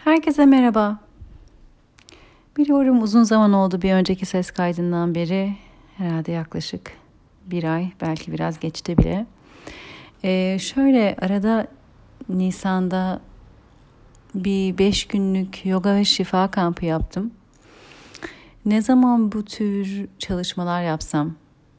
Herkese merhaba. Biliyorum uzun zaman oldu bir önceki ses kaydından beri. Herhalde yaklaşık bir ay, belki biraz geçti bile. Şöyle arada Nisan'da bir 5 günlük yoga ve şifa kampı yaptım. Ne zaman bu tür çalışmalar yapsam,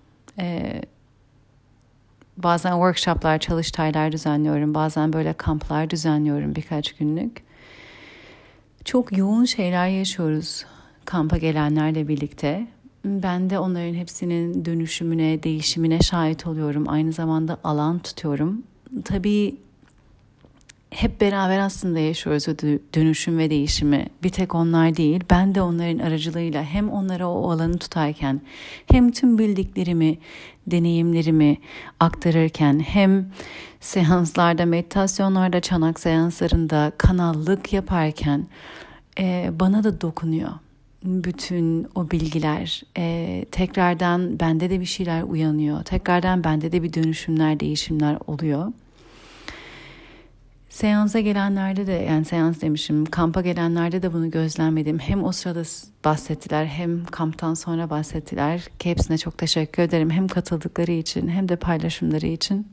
bazen workshoplar, çalıştaylar düzenliyorum. Bazen böyle kamplar düzenliyorum birkaç günlük. Çok yoğun şeyler yaşıyoruz kampa gelenlerle birlikte. Ben de onların hepsinin dönüşümüne, değişimine şahit oluyorum. Aynı zamanda alan tutuyorum. Tabii hep beraber aslında yaşıyoruz o dönüşüm ve değişimi. Bir tek onlar değil, ben de onların aracılığıyla hem onlara o alanı tutarken, hem tüm bildiklerimi, deneyimlerimi aktarırken, hem seanslarda, meditasyonlarda, çanak seanslarında kanallık yaparken bana da dokunuyor. Bütün o bilgiler, tekrardan bende de bir şeyler uyanıyor. Tekrardan bende de bir dönüşümler, değişimler oluyor. Seansa gelenlerde de, yani seans demişim, kampa gelenlerde de bunu gözlemledim. Hem o sırada bahsettiler, hem kamptan sonra bahsettiler. Ki hepsine çok teşekkür ederim. Hem katıldıkları için, hem de paylaşımları için.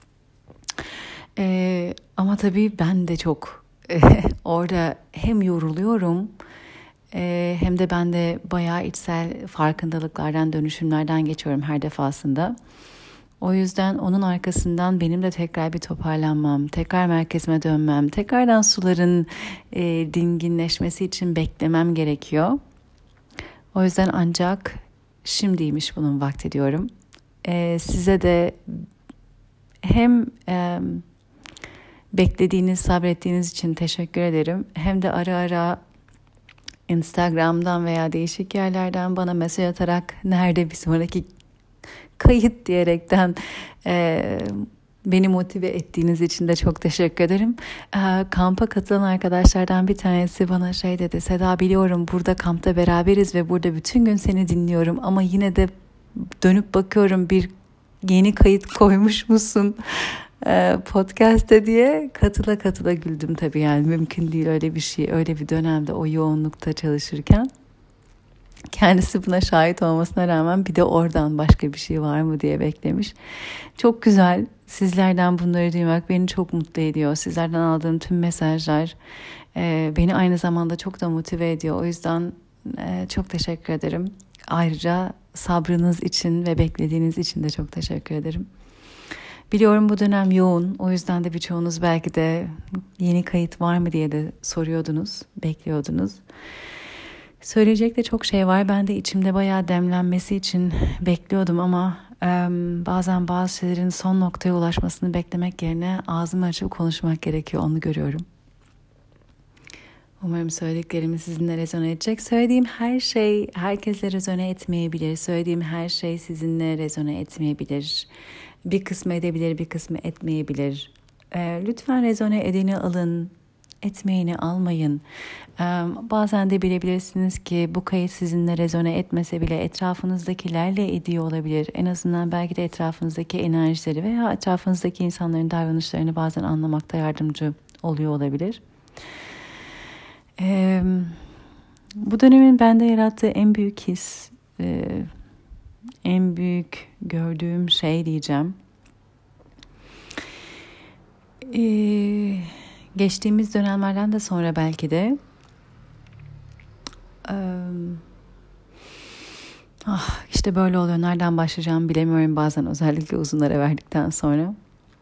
Ama tabii ben de çok orada hem yoruluyorum, hem de ben de bayağı içsel farkındalıklardan, dönüşümlerden geçiyorum her defasında. O yüzden onun arkasından benim de tekrar bir toparlanmam, tekrar merkezime dönmem, tekrardan suların dinginleşmesi için beklemem gerekiyor. O yüzden ancak şimdiymiş bunun vakti diyorum. Size de hem beklediğiniz, sabrettiğiniz için teşekkür ederim. Hem de ara ara Instagram'dan veya değişik yerlerden bana mesaj atarak nerede bir sonraki kayıt diyerekten beni motive ettiğiniz için de çok teşekkür ederim. Kampa katılan arkadaşlardan bir tanesi bana şey dedi: Seda, biliyorum burada kampta beraberiz ve burada bütün gün seni dinliyorum ama yine de dönüp bakıyorum bir yeni kayıt koymuş musun podcast'te diye. Katıla güldüm tabii, yani mümkün değil öyle bir şey, öyle bir dönemde o yoğunlukta çalışırken. Kendisi buna şahit olmasına rağmen bir de oradan başka bir şey var mı diye beklemiş. Çok güzel. Sizlerden bunları duymak beni çok mutlu ediyor. Sizlerden aldığım tüm mesajlar beni aynı zamanda çok da motive ediyor. O yüzden çok teşekkür ederim. Ayrıca sabrınız için ve beklediğiniz için de çok teşekkür ederim. Biliyorum bu dönem yoğun. O yüzden de birçoğunuz belki de yeni kayıt var mı diye de soruyordunuz, bekliyordunuz. Söyleyecek de çok şey var. Ben de içimde bayağı demlenmesi için bekliyordum ama bazen bazı şeylerin son noktaya ulaşmasını beklemek yerine ağzımı açıp konuşmak gerekiyor. Onu görüyorum. Umarım söylediklerimi sizinle rezone edecek. Söylediğim her şey herkesle rezone etmeyebilir. Söylediğim her şey sizinle rezone etmeyebilir. Bir kısmı edebilir, bir kısmı etmeyebilir. Lütfen rezone edeni alın. Etmeyeni almayın. Bazen de bilebilirsiniz ki bu kayıt sizinle rezone etmese bile etrafınızdakilerle ediyor olabilir. En azından belki de etrafınızdaki enerjileri veya etrafınızdaki insanların davranışlarını bazen anlamakta yardımcı oluyor olabilir. Bu dönemin bende yarattığı en büyük his, en büyük gördüğüm şey diyeceğim. Geçtiğimiz dönemlerden de sonra belki de işte böyle oluyor. Nereden başlayacağımı bilemiyorum bazen, özellikle uzun ara verdikten sonra.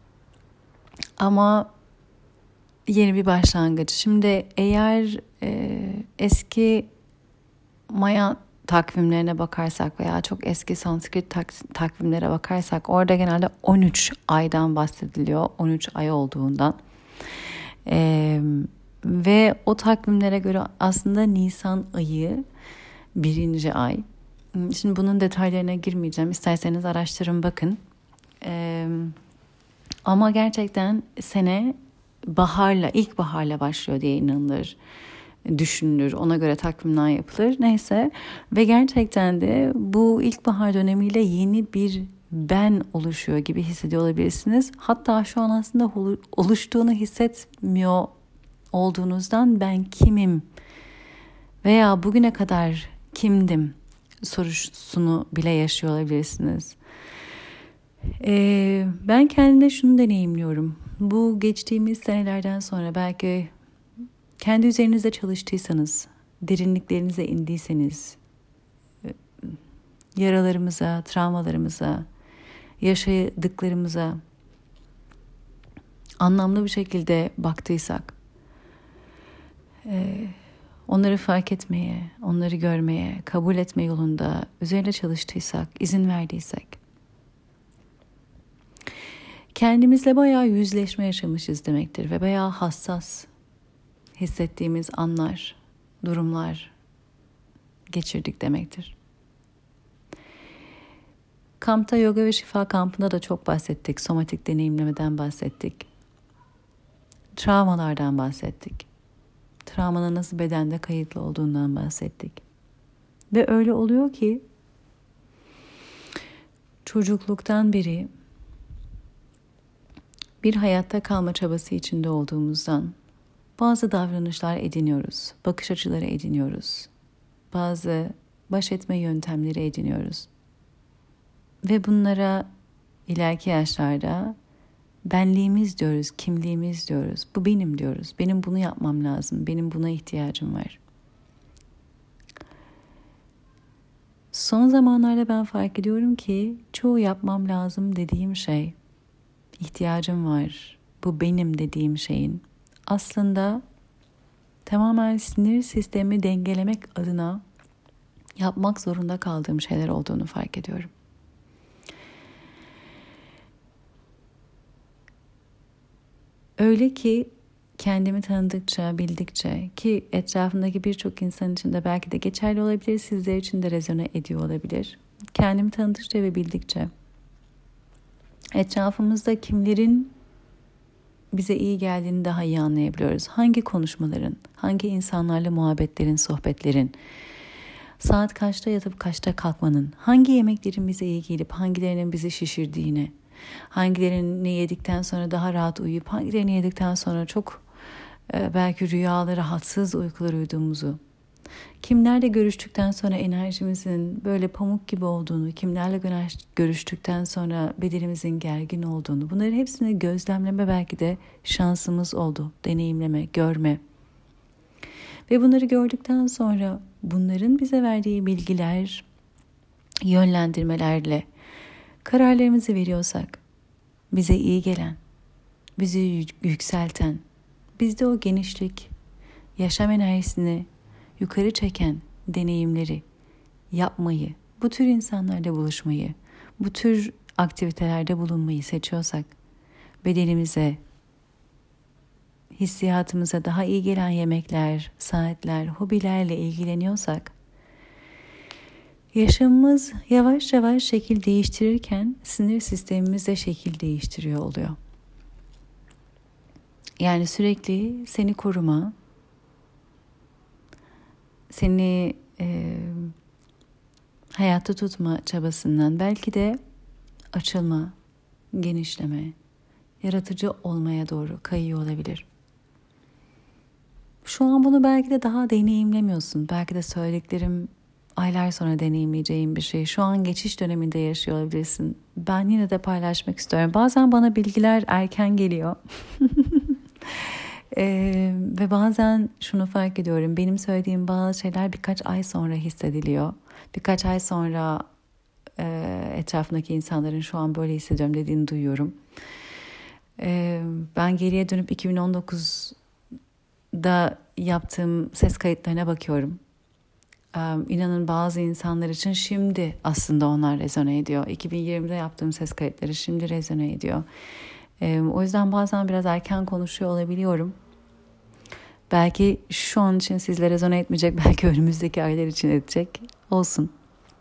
Ama yeni bir başlangıç. Şimdi eğer eski Maya takvimlerine bakarsak veya çok eski Sanskrit takvimlere bakarsak orada genelde 13 aydan bahsediliyor. 13 ay olduğundan. Ve o takvimlere göre aslında Nisan ayı 1. ay. Şimdi bunun detaylarına girmeyeceğim. İsterseniz araştırın, bakın. Ama gerçekten sene ilkbaharla başlıyor diye inanılır, düşünülür. Ona göre takvimler yapılır. Neyse, ve gerçekten de bu ilkbahar dönemiyle yeni bir ben oluşuyor gibi hissediyor olabilirsiniz. Hatta şu an aslında oluştuğunu hissetmiyor olduğunuzdan ben kimim veya bugüne kadar kimdim sorusunu bile yaşıyor olabilirsiniz. Ben kendimde şunu deneyimliyorum. Bu geçtiğimiz senelerden sonra belki kendi üzerinizde çalıştıysanız, derinliklerinize indiyseniz, yaralarımıza, travmalarımıza, yaşadıklarımıza anlamlı bir şekilde baktıysak, onları fark etmeye, onları görmeye, kabul etme yolunda üzerine çalıştıysak, izin verdiysek, kendimizle bayağı yüzleşme yaşamışız demektir ve bayağı hassas hissettiğimiz anlar, durumlar geçirdik demektir. Kampta, yoga ve şifa kampında da çok bahsettik. Somatik deneyimlemeden bahsettik. Travmalardan bahsettik. Travmanın nasıl bedende kayıtlı olduğundan bahsettik. Ve öyle oluyor ki çocukluktan beri bir hayatta kalma çabası içinde olduğumuzdan bazı davranışlar ediniyoruz, bakış açıları ediniyoruz, bazı baş etme yöntemleri ediniyoruz. Ve bunlara ileriki yaşlarda benliğimiz diyoruz, kimliğimiz diyoruz, bu benim diyoruz, benim bunu yapmam lazım, benim buna ihtiyacım var. Son zamanlarda ben fark ediyorum ki çoğu yapmam lazım dediğim şey, ihtiyacım var, bu benim dediğim şeyin aslında tamamen sinir sistemi dengelemek adına yapmak zorunda kaldığım şeyler olduğunu fark ediyorum. Öyle ki kendimi tanıdıkça, bildikçe ki etrafımdaki birçok insan için de belki de geçerli olabilir, sizler için de rezone ediyor olabilir. Kendimi tanıdıkça ve bildikçe etrafımızda kimlerin bize iyi geldiğini daha iyi anlayabiliyoruz. Hangi konuşmaların, hangi insanlarla muhabbetlerin, sohbetlerin, saat kaçta yatıp kaçta kalkmanın, hangi yemeklerin bize iyi gelip hangilerinin bizi şişirdiğini, hangilerini yedikten sonra daha rahat uyuyup hangilerini yedikten sonra çok belki rüyalı, rahatsız uykular uyuduğumuzu, kimlerle görüştükten sonra enerjimizin böyle pamuk gibi olduğunu, kimlerle görüştükten sonra bedenimizin gergin olduğunu, bunların hepsini gözlemleme belki de şansımız oldu. Deneyimleme, görme. Ve bunları gördükten sonra bunların bize verdiği bilgiler, yönlendirmelerle kararlarımızı veriyorsak, bize iyi gelen, bizi yükselten, bizde o genişlik, yaşam enerjisini yukarı çeken deneyimleri yapmayı, bu tür insanlarla buluşmayı, bu tür aktivitelerde bulunmayı seçiyorsak, bedenimize, hissiyatımıza daha iyi gelen yemekler, saatler, hobilerle ilgileniyorsak, yaşamımız yavaş yavaş şekil değiştirirken sinir sistemimiz de şekil değiştiriyor oluyor. Yani sürekli seni koruma, seni hayatta tutma çabasından belki de açılma, genişleme, yaratıcı olmaya doğru kayıyor olabilir. Şu an bunu belki de daha deneyimlemiyorsun. Belki de söylediklerim aylar sonra deneyimleyeceğin bir şey. Şu an geçiş döneminde yaşıyor olabilirsin. Ben yine de paylaşmak istiyorum. Bazen bana bilgiler erken geliyor. Ve bazen şunu fark ediyorum. Benim söylediğim bazı şeyler birkaç ay sonra hissediliyor. Birkaç ay sonra etrafındaki insanların şu an böyle hissediyorum dediğini duyuyorum. Ben geriye dönüp 2019'da yaptığım ses kayıtlarına bakıyorum. İnanın bazı insanlar için şimdi aslında onlar rezone ediyor. 2020'de yaptığım ses kayıtları şimdi rezone ediyor. O yüzden bazen biraz erken konuşuyor olabiliyorum. Belki şu an için sizlere rezone etmeyecek, belki önümüzdeki aylar için edecek. Olsun.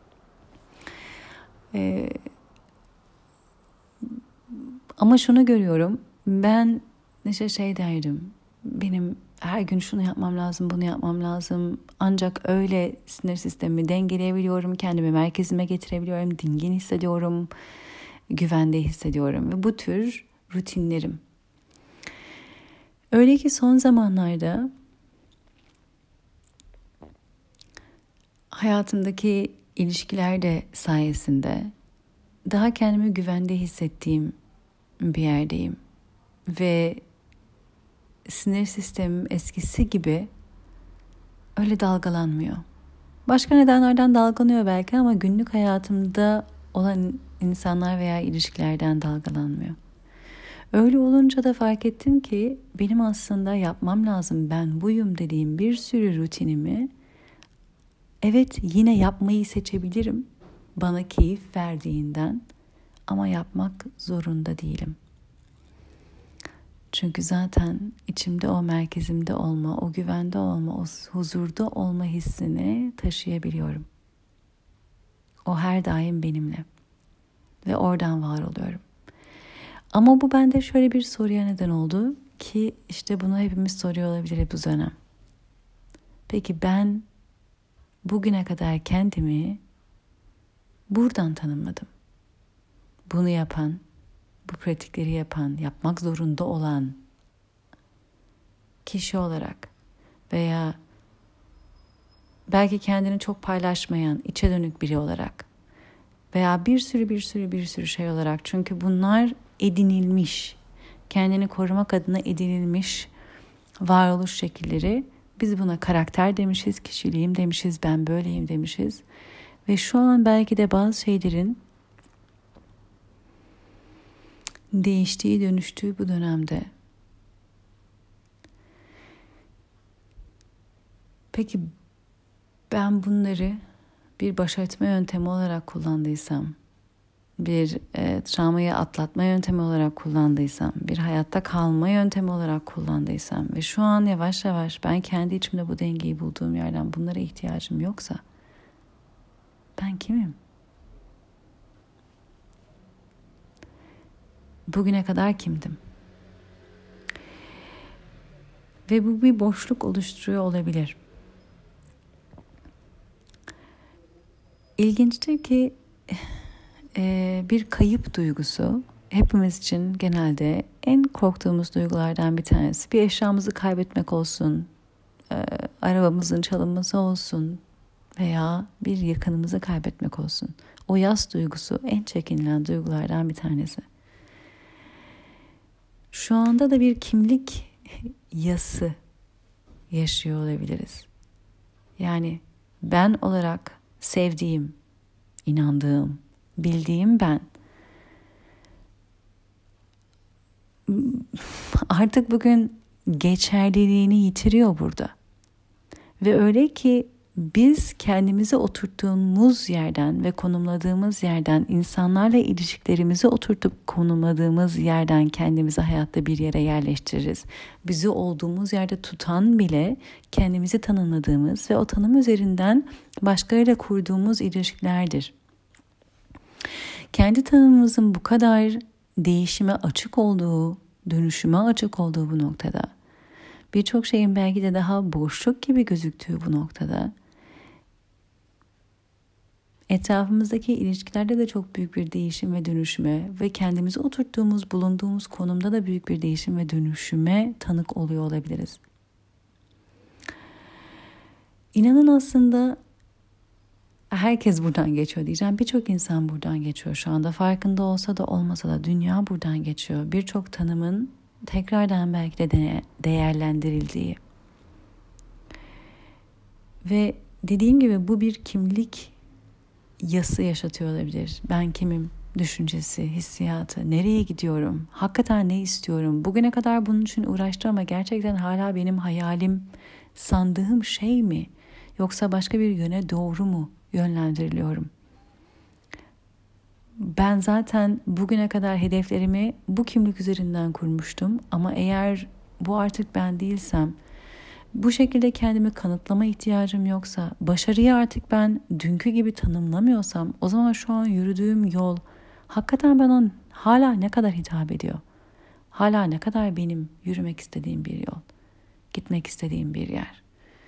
Ama şunu görüyorum. Ben işte şey derdim. Benim her gün şunu yapmam lazım, bunu yapmam lazım. Ancak öyle sinir sistemimi dengeleyebiliyorum. Kendimi merkezime getirebiliyorum. Dingin hissediyorum. Güvende hissediyorum. Ve bu tür rutinlerim. Öyle ki son zamanlarda hayatımdaki ilişkiler de sayesinde daha kendimi güvende hissettiğim bir yerdeyim. Ve sinir sistemim eskisi gibi öyle dalgalanmıyor. Başka nedenlerden dalgalanıyor belki ama günlük hayatımda olan insanlar veya ilişkilerden dalgalanmıyor. Öyle olunca da fark ettim ki benim aslında yapmam lazım, ben buyum dediğim bir sürü rutinimi evet yine yapmayı seçebilirim bana keyif verdiğinden ama yapmak zorunda değilim. Çünkü zaten içimde o merkezimde olma, o güvende olma, o huzurda olma hissini taşıyabiliyorum. O her daim benimle ve oradan var oluyorum. Ama bu bende şöyle bir soruya neden oldu ki işte bunu hepimiz soruyor olabilir bu dönem. Peki ben bugüne kadar kendimi buradan tanımladım. Bunu yapan, bu pratikleri yapan, yapmak zorunda olan kişi olarak veya belki kendini çok paylaşmayan, içe dönük biri olarak veya bir sürü şey olarak. Çünkü bunlar edinilmiş, kendini korumak adına edinilmiş varoluş şekilleri. Biz buna karakter demişiz, kişiliğim demişiz, ben böyleyim demişiz. Ve şu an belki de bazı şeylerin değiştiği, dönüştüğü bu dönemde. Peki ben bunları bir baş etme yöntemi olarak kullandıysam, bir travmayı atlatma yöntemi olarak kullandıysam, bir hayatta kalma yöntemi olarak kullandıysam ve şu an yavaş yavaş ben kendi içimde bu dengeyi bulduğum yerden bunlara ihtiyacım yoksa ben kimim? Bugüne kadar kimdim? Ve bu bir boşluk oluşturuyor olabilir. İlginçtir ki bir kayıp duygusu hepimiz için genelde en korktuğumuz duygulardan bir tanesi. Bir eşyamızı kaybetmek olsun, arabamızın çalınması olsun veya bir yakınımızı kaybetmek olsun. O yas duygusu en çekinilen duygulardan bir tanesi. Şu anda da bir kimlik yası yaşıyor olabiliriz. Yani ben olarak sevdiğim, inandığım, bildiğim ben artık bugün geçerliliğini yitiriyor burada. Ve öyle ki biz kendimizi oturttuğumuz yerden ve konumladığımız yerden, insanlarla ilişkilerimizi oturtup konumladığımız yerden kendimizi hayatta bir yere yerleştiririz. Bizi olduğumuz yerde tutan bile kendimizi tanımladığımız ve o tanım üzerinden başkalarıyla kurduğumuz ilişkilerdir. Kendi tanımımızın bu kadar değişime açık olduğu, dönüşüme açık olduğu bu noktada, birçok şeyin belki de daha boşluk gibi gözüktüğü bu noktada, etrafımızdaki ilişkilerde de çok büyük bir değişim ve dönüşüme ve kendimizi oturttuğumuz, bulunduğumuz konumda da büyük bir değişim ve dönüşüme tanık oluyor olabiliriz. İnanın aslında herkes buradan geçiyor diyeceğim. Birçok insan buradan geçiyor şu anda. Farkında olsa da olmasa da dünya buradan geçiyor. Birçok tanımın tekrardan belki de değerlendirildiği. Ve dediğim gibi bu bir kimlik yası yaşatıyor olabilir. Ben kimim? Düşüncesi, hissiyatı, nereye gidiyorum? Hakikaten ne istiyorum? Bugüne kadar bunun için uğraştım ama gerçekten hala benim hayalim, sandığım şey mi? Yoksa başka bir yöne doğru mu yönlendiriliyorum? Ben zaten bugüne kadar hedeflerimi bu kimlik üzerinden kurmuştum ama eğer bu artık ben değilsem, bu şekilde kendimi kanıtlama ihtiyacım yoksa, başarıyı artık ben dünkü gibi tanımlamıyorsam, o zaman şu an yürüdüğüm yol hakikaten bana hala ne kadar hitap ediyor? Hala ne kadar benim yürümek istediğim bir yol, gitmek istediğim bir yer?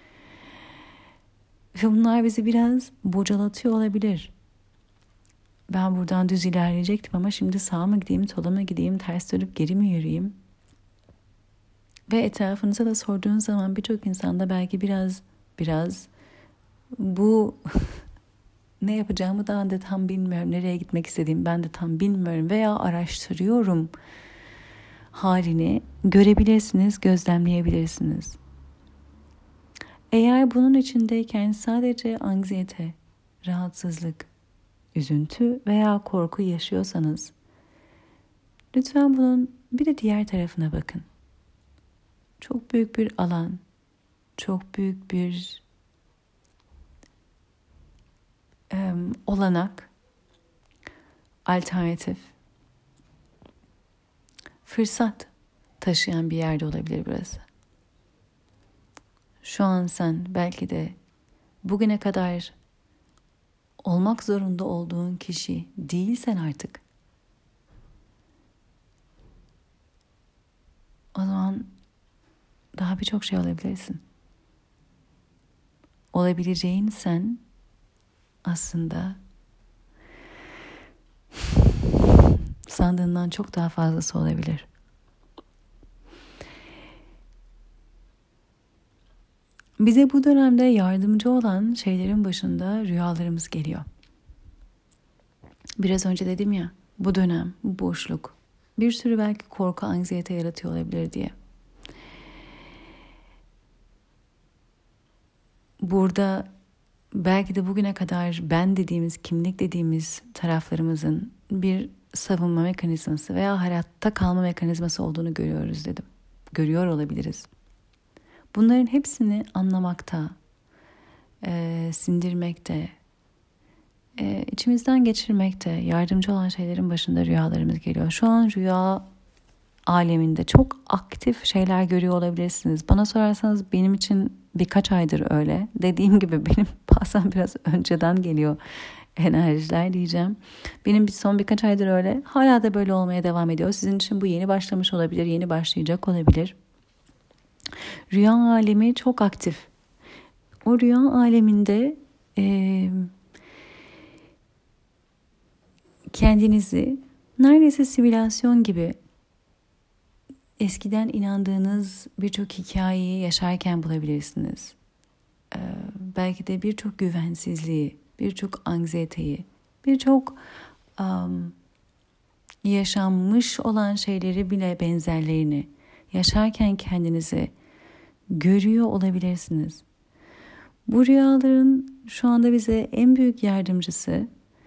Ve bunlar bizi biraz bocalatıyor olabilir. Ben buradan düz ilerleyecektim ama şimdi sağa mı gideyim, sola mı gideyim, ters dönüp geri mi yürüyeyim? Ve etrafınıza da sorduğunuz zaman birçok insanda belki biraz bu ne yapacağımı daha da tam bilmiyorum, nereye gitmek istediğimi ben de tam bilmiyorum veya araştırıyorum halini görebilirsiniz, gözlemleyebilirsiniz. Eğer bunun içindeyken sadece anksiyete, rahatsızlık, üzüntü veya korku yaşıyorsanız lütfen bunun bir de diğer tarafına bakın. Çok büyük bir alan, çok büyük bir olanak, alternatif, fırsat taşıyan bir yerde olabilir burası. Şu an sen belki de bugüne kadar olmak zorunda olduğun kişi değilsen artık. O zaman daha birçok şey olabilirsin. Olabileceğin sen aslında sandığından çok daha fazlası olabilir. Bize bu dönemde yardımcı olan şeylerin başında rüyalarımız geliyor. Biraz önce dedim ya, bu dönem, bu boşluk bir sürü belki korku, anksiyete yaratıyor olabilir diye. Burada belki de bugüne kadar ben dediğimiz, kimlik dediğimiz taraflarımızın bir savunma mekanizması veya hayatta kalma mekanizması olduğunu görüyoruz dedim. Görüyor olabiliriz. Bunların hepsini anlamakta, sindirmekte, içimizden geçirmekte yardımcı olan şeylerin başında rüyalarımız geliyor. Şu an rüya aleminde çok aktif şeyler görüyor olabilirsiniz. Bana sorarsanız benim için birkaç aydır öyle. Dediğim gibi benim bazen biraz önceden geliyor enerjiler diyeceğim. Benim son birkaç aydır öyle. Hala da böyle olmaya devam ediyor. Sizin için bu yeni başlamış olabilir, yeni başlayacak olabilir. Rüya alemi çok aktif. O rüya aleminde kendinizi neredeyse simülasyon gibi eskiden inandığınız birçok hikayeyi yaşarken bulabilirsiniz. Belki de birçok güvensizliği, birçok anksiyeteyi, birçok yaşanmış olan şeyleri bile benzerlerini yaşarken kendinizi görüyor olabilirsiniz. Bu rüyaların şu anda bize en büyük yardımcısı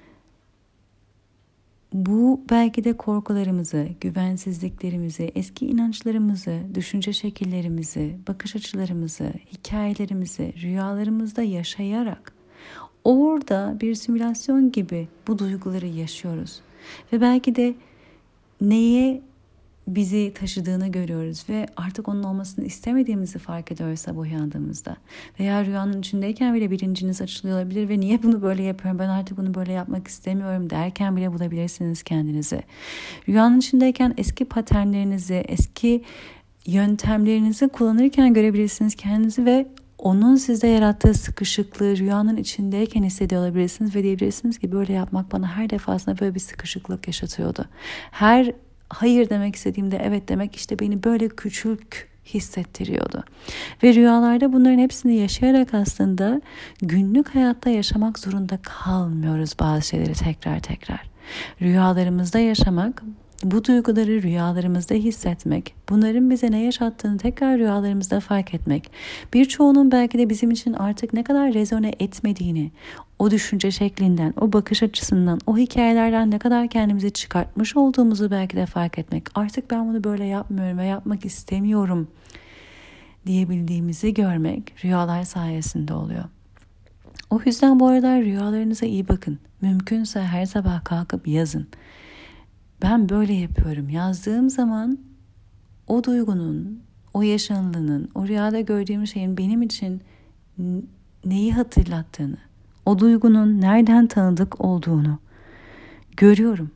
bu belki de korkularımızı, güvensizliklerimizi, eski inançlarımızı, düşünce şekillerimizi, bakış açılarımızı, hikayelerimizi rüyalarımızda yaşayarak orada bir simülasyon gibi bu duyguları yaşıyoruz. Ve belki de neye bizi taşıdığını görüyoruz ve artık onun olmasını istemediğimizi fark ediyoruz sabah uyandığımızda. Veya rüyanın içindeyken bile bilinciniz açılıyor olabilir ve niye bunu böyle yapıyorum, ben artık bunu böyle yapmak istemiyorum derken bile bulabilirsiniz kendinizi. Rüyanın içindeyken eski paternlerinizi, eski yöntemlerinizi kullanırken görebilirsiniz kendinizi ve onun sizde yarattığı sıkışıklığı rüyanın içindeyken hissediyor olabilirsiniz ve diyebilirsiniz ki böyle yapmak bana her defasında böyle bir sıkışıklık yaşatıyordu. Her hayır demek istediğimde evet demek işte beni böyle küçük hissettiriyordu. Ve rüyalarda bunların hepsini yaşayarak aslında günlük hayatta yaşamak zorunda kalmıyoruz bazı şeyleri tekrar. Rüyalarımızda yaşamak, bu duyguları rüyalarımızda hissetmek, bunların bize ne yaşattığını tekrar rüyalarımızda fark etmek, birçoğunun belki de bizim için artık ne kadar rezone etmediğini, o düşünce şeklinden, o bakış açısından, o hikayelerden ne kadar kendimizi çıkartmış olduğumuzu belki de fark etmek, artık ben bunu böyle yapmıyorum ve yapmak istemiyorum diyebildiğimizi görmek rüyalar sayesinde oluyor. O yüzden bu aralar rüyalarınıza iyi bakın. Mümkünse her sabah kalkıp yazın. Ben böyle yapıyorum. Yazdığım zaman o duygunun, o yaşanılanın, o rüyada gördüğüm şeyin benim için neyi hatırlattığını, o duygunun nereden tanıdık olduğunu görüyorum.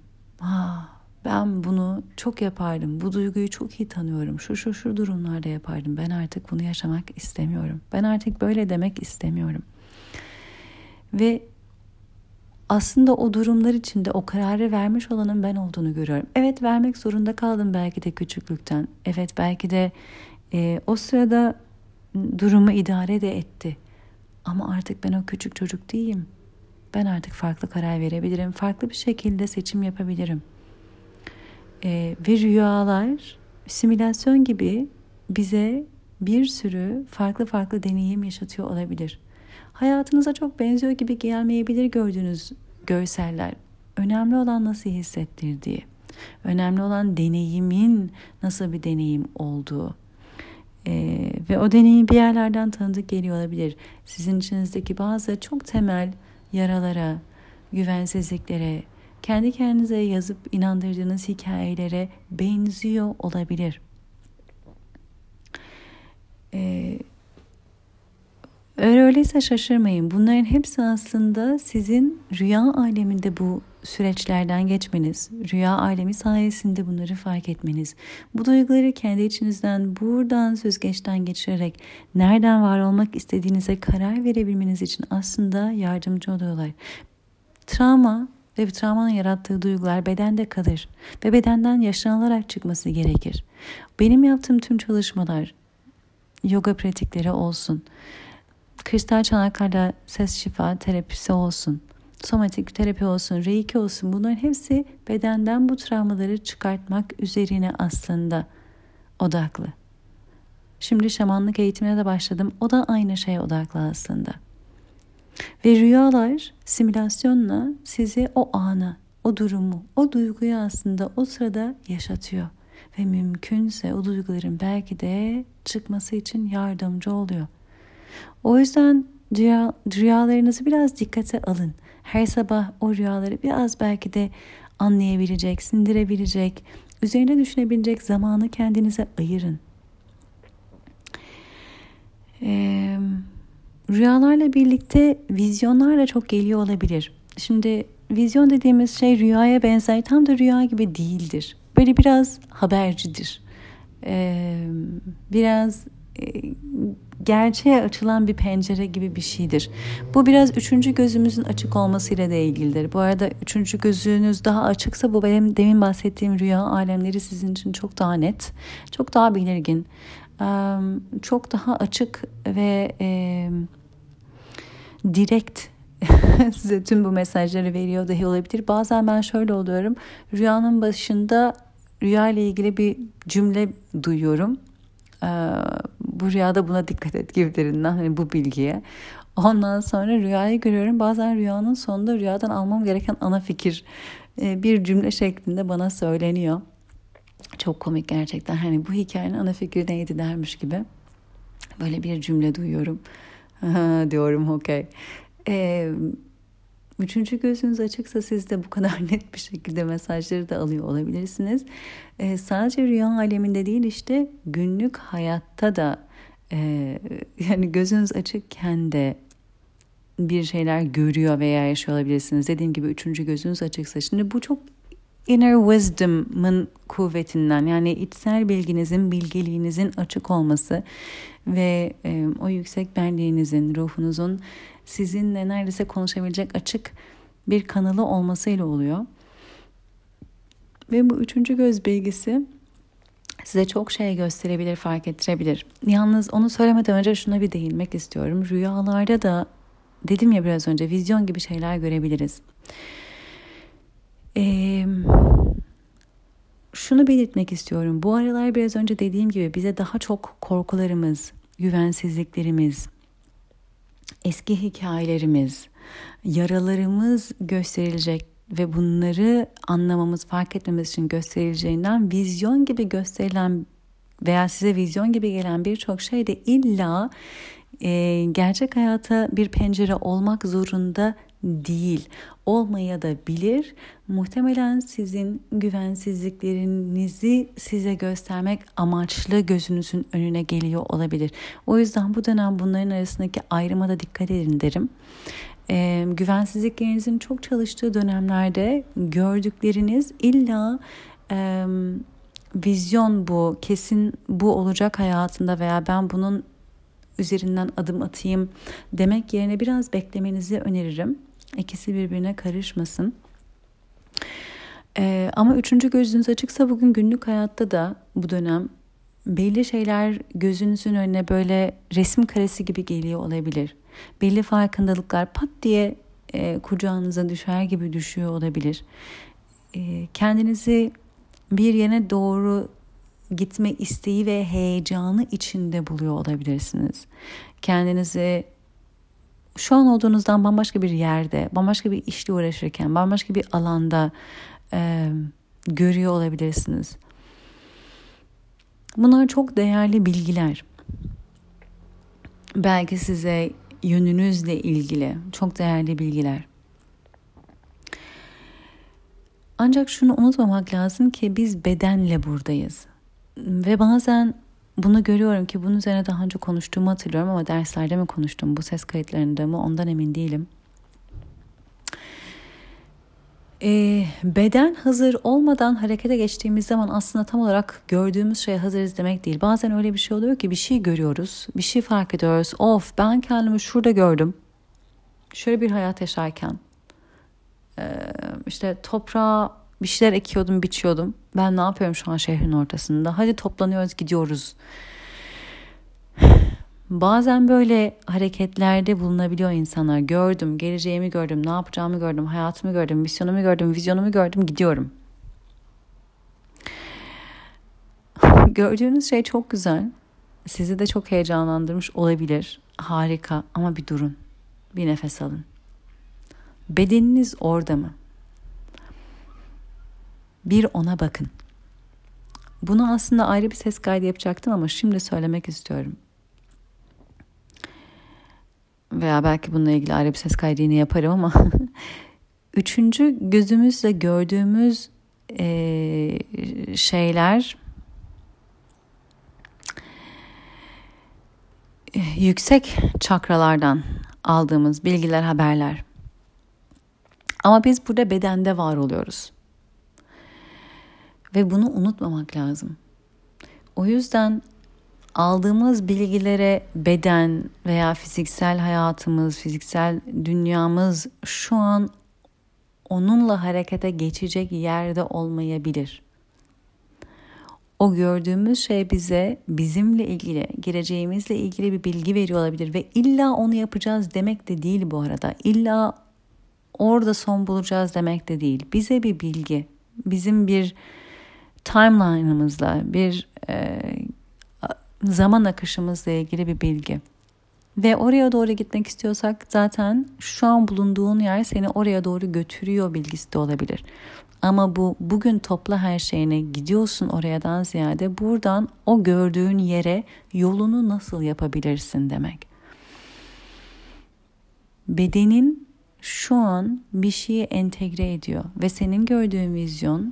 Ben bunu çok yapardım. Bu duyguyu çok iyi tanıyorum. Şu durumlarda yapardım. Ben artık bunu yaşamak istemiyorum. Ben artık böyle demek istemiyorum. Ve aslında o durumlar içinde o kararı vermiş olanın ben olduğunu görüyorum. Evet, vermek zorunda kaldım belki de küçüklükten. Evet, belki de O sırada durumu idare de etti. Ama artık ben o küçük çocuk değilim. Ben artık farklı karar verebilirim. Farklı bir şekilde seçim yapabilirim. Ve rüyalar simülasyon gibi bize bir sürü farklı deneyim yaşatıyor olabilir. Hayatınıza çok benziyor gibi gelmeyebilir gördüğünüz görseller. Önemli olan nasıl hissettirdiği. Önemli olan deneyimin nasıl bir deneyim olduğu. Ve o deneyim bir yerlerden tanıdık geliyor olabilir. Sizin içinizdeki bazı çok temel yaralara, güvensizliklere, kendi kendinize yazıp inandırdığınız hikayelere benziyor olabilir. Öyleyse şaşırmayın. Bunların hepsi aslında sizin rüya aleminde bu süreçlerden geçmeniz, rüya alemi sayesinde bunları fark etmeniz, bu duyguları kendi içinizden buradan süzgeçten geçirerek nereden var olmak istediğinize karar verebilmeniz için aslında yardımcı oluyorlar. Travma ve travmanın yarattığı duygular bedende kalır ve bedenden yaşanılarak çıkması gerekir. Benim yaptığım tüm çalışmalar, yoga pratikleri olsun, kristal çanaklarla ses şifa terapisi olsun, somatik terapi olsun, reiki olsun, bunların hepsi bedenden bu travmaları çıkartmak üzerine aslında odaklı. Şimdi şamanlık eğitimine de başladım. O da aynı şeye odaklı aslında. Ve rüyalar simülasyonla sizi o ana, o durumu, o duyguyu aslında o sırada yaşatıyor. Ve mümkünse o duyguların belki de çıkması için yardımcı oluyor. O yüzden rüyalarınızı biraz dikkate alın. Her sabah o rüyaları biraz belki de anlayabilecek, sindirebilecek, üzerine düşünebilecek zamanı kendinize ayırın. Rüyalarla birlikte vizyonlar da çok geliyor olabilir. Şimdi vizyon dediğimiz şey rüyaya benzer, tam da rüya gibi değildir. Böyle biraz habercidir. Biraz gerçeğe açılan bir pencere gibi bir şeydir. Bu biraz üçüncü gözümüzün açık olmasıyla da ilgilidir. Bu arada üçüncü gözünüz daha açıksa bu benim demin bahsettiğim rüya alemleri sizin için çok daha net, çok daha belirgin, çok daha açık ve direkt size tüm bu mesajları veriyor dahi olabilir. Bazen ben şöyle oluyorum. Rüyanın başında rüya ile ilgili bir cümle duyuyorum. Bu rüyada buna dikkat et gibilerinden, hani bu bilgiye. Ondan sonra rüyayı görüyorum. Bazen rüyanın sonunda rüyadan almam gereken ana fikir bir cümle şeklinde bana söyleniyor. Çok komik gerçekten. Hani bu hikayenin ana fikri neydi dermiş gibi. Böyle bir cümle duyuyorum. Diyorum okey. Üçüncü gözünüz açıksa siz de bu kadar net bir şekilde mesajları da alıyor olabilirsiniz. Sadece rüya aleminde değil, işte günlük hayatta da yani gözünüz açıkken de bir şeyler görüyor veya yaşıyor olabilirsiniz. Dediğim gibi üçüncü gözünüz açıksa. Şimdi bu çok inner wisdom'ın kuvvetinden, yani içsel bilginizin, bilgeliğinizin açık olması ve o yüksek benliğinizin, ruhunuzun sizinle neredeyse konuşabilecek açık bir kanalı olmasıyla oluyor. Ve bu üçüncü göz bilgisi size çok şey gösterebilir, fark ettirebilir. Yalnız onu söylemeden önce şuna bir değinmek istiyorum. Rüyalarda da dedim ya biraz önce, vizyon gibi şeyler görebiliriz. Şunu belirtmek istiyorum. Bu aralar biraz önce dediğim gibi bize daha çok korkularımız, güvensizliklerimiz, eski hikayelerimiz, yaralarımız gösterilecek ve bunları anlamamız, fark etmemiz için gösterileceğinden vizyon gibi gösterilen veya size vizyon gibi gelen birçok şey de illa gerçek hayata bir pencere olmak zorunda değil. Olmaya da bilir. Muhtemelen sizin güvensizliklerinizi size göstermek amaçlı gözünüzün önüne geliyor olabilir. O yüzden bu dönem bunların arasındaki ayrıma da dikkat edin derim. Güvensizliklerinizin çok çalıştığı dönemlerde gördükleriniz illa vizyon bu, kesin bu olacak hayatında veya ben bunun üzerinden adım atayım demek yerine biraz beklemenizi öneririm. İkisi birbirine karışmasın. Ama üçüncü gözünüz açıksa bugün günlük hayatta da bu dönem belli şeyler gözünüzün önüne böyle resim karesi gibi geliyor olabilir. Belli farkındalıklar pat diye kucağınıza düşer gibi düşüyor olabilir. Kendinizi bir yere doğru gitme isteği ve heyecanı içinde buluyor olabilirsiniz. Kendinizi şu an olduğunuzdan bambaşka bir yerde, bambaşka bir işle uğraşırken, bambaşka bir alanda görüyor olabilirsiniz. Bunlar çok değerli bilgiler. Belki size yönünüzle ilgili çok değerli bilgiler. Ancak şunu unutmamak lazım ki biz bedenle buradayız. Ve bazen bunu görüyorum ki bunun üzerine daha önce konuştuğumu hatırlıyorum ama derslerde mi konuştum, bu ses kayıtlarında mı ondan emin değilim. Beden hazır olmadan harekete geçtiğimiz zaman aslında tam olarak gördüğümüz şeye hazırız demek değil. Bazen öyle bir şey oluyor ki bir şey görüyoruz, bir şey fark ediyoruz. Of, ben kendimi şurada gördüm. Şöyle bir hayat yaşarken. İşte toprağa bir şeyler ekiyordum, biçiyordum. Ben ne yapıyorum şu an şehrin ortasında? Hadi toplanıyoruz, gidiyoruz. Bazen böyle hareketlerde bulunabiliyor insanlar. Gördüm, geleceğimi gördüm, ne yapacağımı gördüm, hayatımı gördüm, misyonumu gördüm, vizyonumu gördüm, gidiyorum. Gördüğünüz şey çok güzel. Sizi de çok heyecanlandırmış olabilir. Harika ama bir durun. Bir nefes alın. Bedeniniz orada mı? Bir ona bakın. Bunu aslında ayrı bir ses kaydı yapacaktım ama şimdi söylemek istiyorum. Veya belki bununla ilgili ayrı bir ses kaydı yine yaparım ama üçüncü gözümüzle gördüğümüz şeyler yüksek çakralardan aldığımız bilgiler, haberler. Ama biz burada bedende var oluyoruz. Ve bunu unutmamak lazım. O yüzden aldığımız bilgilere beden veya fiziksel hayatımız, fiziksel dünyamız şu an onunla harekete geçecek yerde olmayabilir. O gördüğümüz şey bize bizimle ilgili, geleceğimizle ilgili bir bilgi veriyor olabilir ve illa onu yapacağız demek de değil bu arada. İlla orada son bulacağız demek de değil. Bize bir bilgi, bizim bir timeline'ımızla, bir zaman akışımızla ilgili bir bilgi. Ve oraya doğru gitmek istiyorsak zaten şu an bulunduğun yer seni oraya doğru götürüyor bilgisi de olabilir. Ama bu bugün topla her şeyini, gidiyorsun oradan ziyade buradan o gördüğün yere yolunu nasıl yapabilirsin demek. Bedenin şu an bir şeyi entegre ediyor ve senin gördüğün vizyon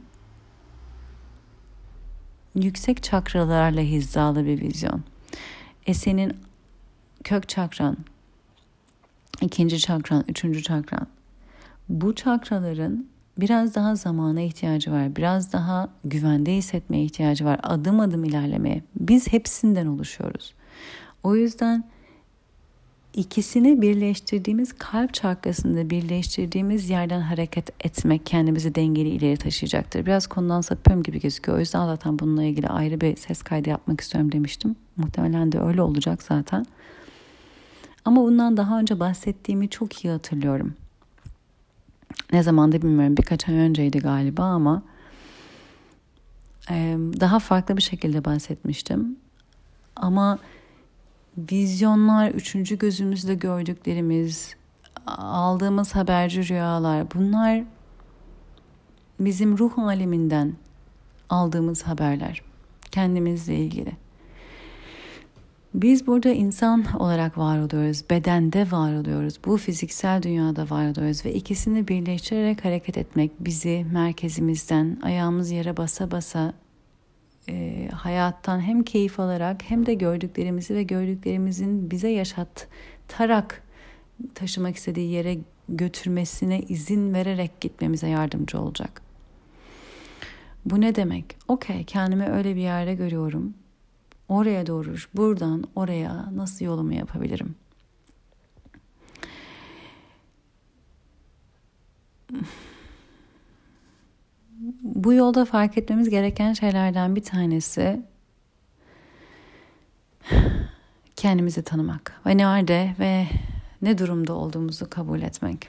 yüksek çakralarla hizalı bir vizyon. Senin kök çakran, ikinci çakran, üçüncü çakran. Bu çakraların biraz daha zamana ihtiyacı var. Biraz daha güvende hissetmeye ihtiyacı var. Adım adım ilerlemeye. Biz hepsinden oluşuyoruz. O yüzden ikisini birleştirdiğimiz, kalp çakrasında birleştirdiğimiz yerden hareket etmek kendimizi dengeli ileri taşıyacaktır. Biraz konudan sapıyorum gibi gözüküyor. O yüzden zaten bununla ilgili ayrı bir ses kaydı yapmak istiyorum demiştim. Muhtemelen de öyle olacak zaten. Ama bundan daha önce bahsettiğimi çok iyi hatırlıyorum. Ne zamandı bilmiyorum, birkaç ay önceydi galiba ama daha farklı bir şekilde bahsetmiştim. Ama vizyonlar, üçüncü gözümüzle gördüklerimiz, aldığımız haberci rüyalar, bunlar bizim ruh aleminden aldığımız haberler, kendimizle ilgili. Biz burada insan olarak var oluyoruz, bedende var oluyoruz, bu fiziksel dünyada var oluyoruz ve ikisini birleştirerek hareket etmek bizi merkezimizden ayağımız yere basa basa hayattan hem keyif alarak hem de gördüklerimizi ve gördüklerimizin bize yaşattarak taşımak istediği yere götürmesine izin vererek gitmemize yardımcı olacak. Bu ne demek? Okey, kendimi öyle bir yerde görüyorum. Oraya doğru, buradan oraya nasıl yolumu yapabilirim? Bu yolda fark etmemiz gereken şeylerden bir tanesi kendimizi tanımak ve nerede ve ne durumda olduğumuzu kabul etmek.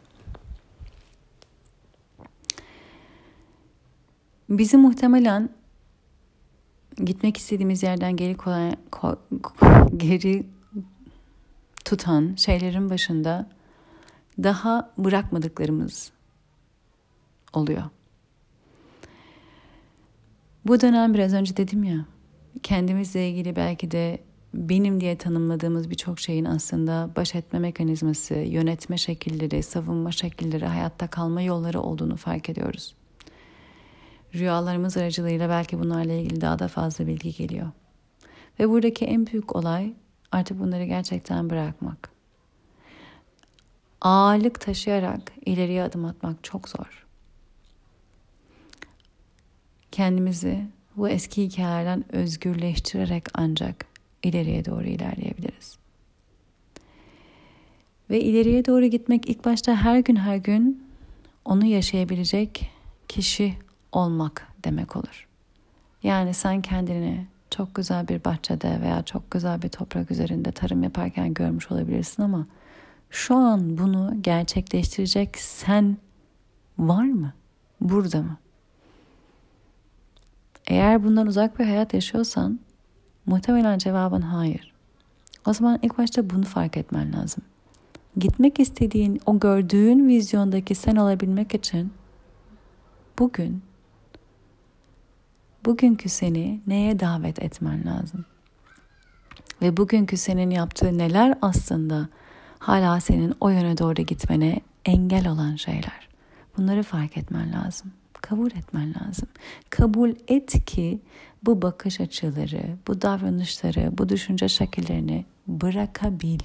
Bizi muhtemelen gitmek istediğimiz yerden geri tutan şeylerin başında daha bırakmadıklarımız oluyor. Bu dönem biraz önce dedim ya, kendimizle ilgili belki de benim diye tanımladığımız birçok şeyin aslında baş etme mekanizması, yönetme şekilleri, savunma şekilleri, hayatta kalma yolları olduğunu fark ediyoruz. Rüyalarımız aracılığıyla belki bunlarla ilgili daha da fazla bilgi geliyor. Ve buradaki en büyük olay artık bunları gerçekten bırakmak. Ağırlık taşıyarak ileriye adım atmak çok zor. Kendimizi bu eski hikayelerden özgürleştirerek ancak ileriye doğru ilerleyebiliriz. Ve ileriye doğru gitmek ilk başta her gün onu yaşayabilecek kişi olmak demek olur. Yani sen kendini çok güzel bir bahçede veya çok güzel bir toprak üzerinde tarım yaparken görmüş olabilirsin ama şu an bunu gerçekleştirecek sen var mı? Burada mı? Eğer bundan uzak bir hayat yaşıyorsan muhtemelen cevabın hayır. O zaman ilk başta bunu fark etmen lazım. Gitmek istediğin, o gördüğün vizyondaki sen olabilmek için bugünkü seni neye davet etmen lazım? Ve bugünkü senin yaptığı neler aslında hala senin o yöne doğru gitmene engel olan şeyler. Bunları fark etmen lazım. Kabul etmen lazım. Kabul et ki bu bakış açıları, bu davranışları, bu düşünce şekillerini bırakabil.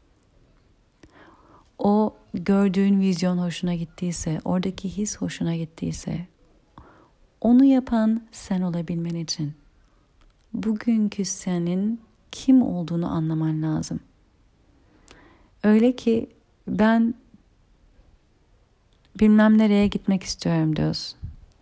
O gördüğün vizyon hoşuna gittiyse, oradaki his hoşuna gittiyse, onu yapan sen olabilmen için bugünkü senin kim olduğunu anlaman lazım. Öyle ki ben bilmem nereye gitmek istiyorum diyorsun.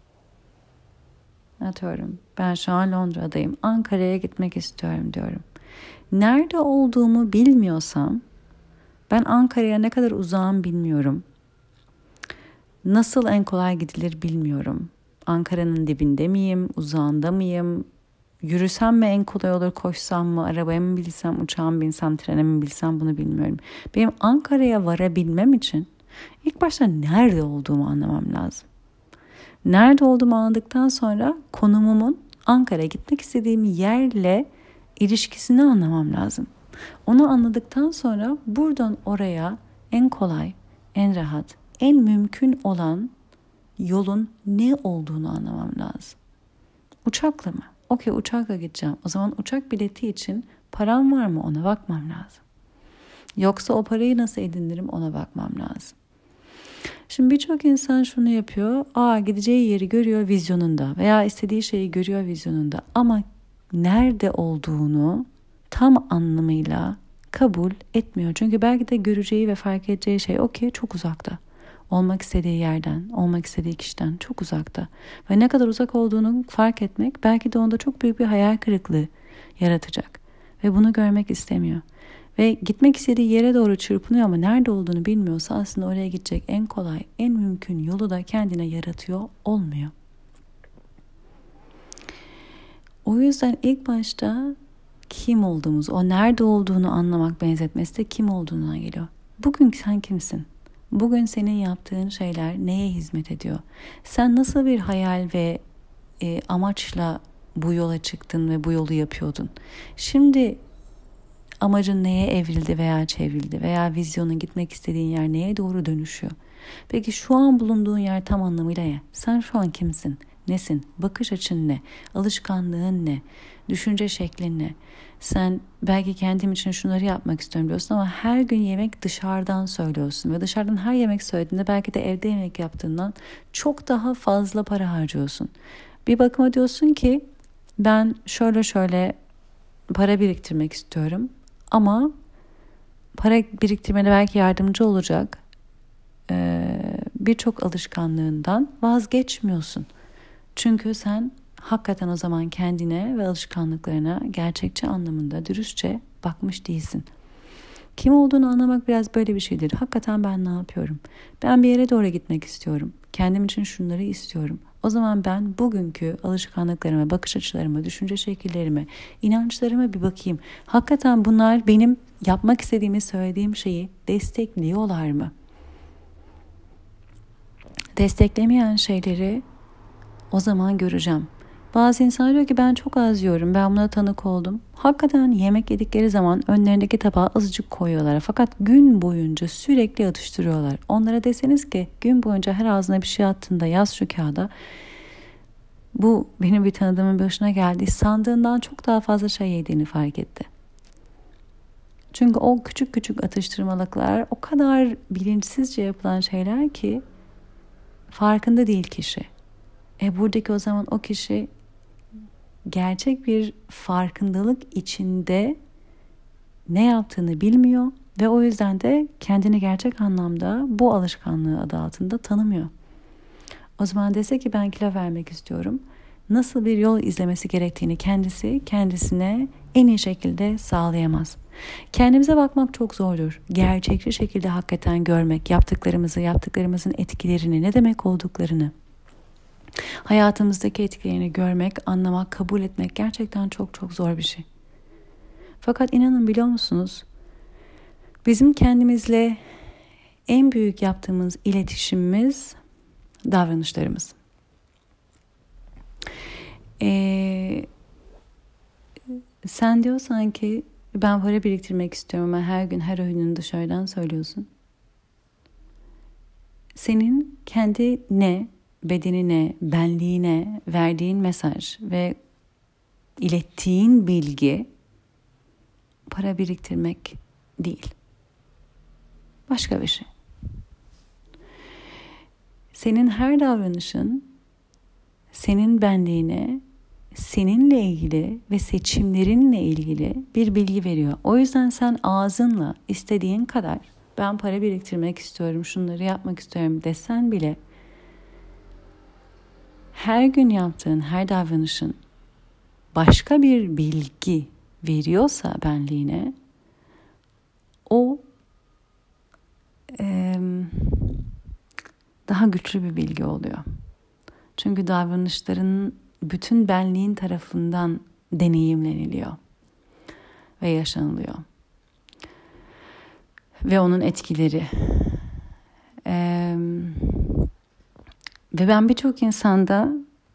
Atıyorum, ben şu an Londra'dayım, Ankara'ya gitmek istiyorum diyorum. Nerede olduğumu bilmiyorsam, ben Ankara'ya ne kadar uzağım bilmiyorum. Nasıl en kolay gidilir bilmiyorum. Ankara'nın dibinde miyim, uzağında mıyım? Yürüsem mi en kolay olur, koşsam mı, arabaya mı binsem, uçağa mı binsem, trene mi binsem bunu bilmiyorum. Benim Ankara'ya varabilmem için ilk başta nerede olduğumu anlamam lazım. Nerede olduğumu anladıktan sonra konumumun Ankara'ya gitmek istediğim yerle ilişkisini anlamam lazım. Onu anladıktan sonra buradan oraya en kolay, en rahat, en mümkün olan yolun ne olduğunu anlamam lazım. Uçakla mı? Okey, uçakla gideceğim. O zaman uçak bileti için param var mı? Ona bakmam lazım. Yoksa o parayı nasıl edinirim? Ona bakmam lazım. Şimdi birçok insan şunu yapıyor. Gideceği yeri görüyor vizyonunda veya istediği şeyi görüyor vizyonunda. Ama nerede olduğunu tam anlamıyla kabul etmiyor. Çünkü belki de göreceği ve fark edeceği şey çok uzakta. Olmak istediği yerden, olmak istediği kişiden çok uzakta. Ve ne kadar uzak olduğunu fark etmek belki de onda çok büyük bir hayal kırıklığı yaratacak. Ve bunu görmek istemiyor. Ve gitmek istediği yere doğru çırpınıyor ama nerede olduğunu bilmiyorsa aslında oraya gidecek en kolay, en mümkün yolu da kendine yaratıyor olmuyor. O yüzden ilk başta kim olduğumuzu, o nerede olduğunu anlamak, benzetmesi de kim olduğuna geliyor. Bugün sen kimsin? Bugün senin yaptığın şeyler neye hizmet ediyor? Sen nasıl bir hayal ve amaçla bu yola çıktın ve bu yolu yapıyordun? Şimdi amacın neye evrildi veya çevrildi veya vizyonun, gitmek istediğin yer neye doğru dönüşüyor? Peki şu an bulunduğun yer tam anlamıyla ne? Sen şu an kimsin? Nesin? Bakış açın ne? Alışkanlığın ne? Düşünce şeklin ne? Sen belki kendim için şunları yapmak istiyorum diyorsun ama her gün yemek dışarıdan söylüyorsun ve dışarıdan her yemek söylediğinde belki de evde yemek yaptığından çok daha fazla para harcıyorsun. Bir bakıma diyorsun ki ben şöyle para biriktirmek istiyorum ama para biriktirmene belki yardımcı olacak birçok alışkanlığından vazgeçmiyorsun. Çünkü sen hakikaten o zaman kendine ve alışkanlıklarına gerçekçi anlamında dürüstçe bakmış değilsin. Kim olduğunu anlamak biraz böyle bir şeydir. Hakikaten ben ne yapıyorum? Ben bir yere doğru gitmek istiyorum. Kendim için şunları istiyorum. O zaman ben bugünkü alışkanlıklarıma, bakış açılarıma, düşünce şekillerime, inançlarıma bir bakayım. Hakikaten bunlar benim yapmak istediğimi, söylediğim şeyi destekliyorlar mı? Desteklemeyen şeyleri o zaman göreceğim. Bazı insanlar diyor ki ben çok az yiyorum. Ben buna tanık oldum. Hakikaten yemek yedikleri zaman önlerindeki tabağa azıcık koyuyorlar. Fakat gün boyunca sürekli atıştırıyorlar. Onlara deseniz ki gün boyunca her ağzına bir şey attığında yaz şu kağıda. Bu benim bir tanıdığımın başına geldi. Sandığından çok daha fazla şey yediğini fark etti. Çünkü o küçük küçük atıştırmalıklar o kadar bilinçsizce yapılan şeyler ki farkında değil kişi. Buradaki o zaman o kişi gerçek bir farkındalık içinde ne yaptığını bilmiyor ve o yüzden de kendini gerçek anlamda bu alışkanlığı adı altında tanımıyor. O zaman dese ki ben kilo vermek istiyorum. Nasıl bir yol izlemesi gerektiğini kendisi kendisine en iyi şekilde sağlayamaz. Kendimize bakmak çok zordur. Gerçekçi şekilde hakikaten görmek, yaptıklarımızın etkilerini, ne demek olduklarını, hayatımızdaki etkilerini görmek, anlamak, kabul etmek gerçekten çok çok zor bir şey. Fakat inanın biliyor musunuz? Bizim kendimizle en büyük yaptığımız iletişimimiz davranışlarımız. Sen diyorsan ki ben para biriktirmek istiyorum ama her gün her öğününü dışarıdan söylüyorsun. Senin kendine, bedenine, benliğine verdiğin mesaj ve ilettiğin bilgi para biriktirmek değil. Başka bir şey. Senin her davranışın senin benliğine, seninle ilgili ve seçimlerinle ilgili bir bilgi veriyor. O yüzden sen ağzınla istediğin kadar ben para biriktirmek istiyorum, şunları yapmak istiyorum desen bile her gün yaptığın her davranışın başka bir bilgi veriyorsa benliğine o daha güçlü bir bilgi oluyor. Çünkü davranışların bütün benliğin tarafından deneyimleniliyor ve yaşanılıyor. Ve onun etkileri. Ve ben birçok insanda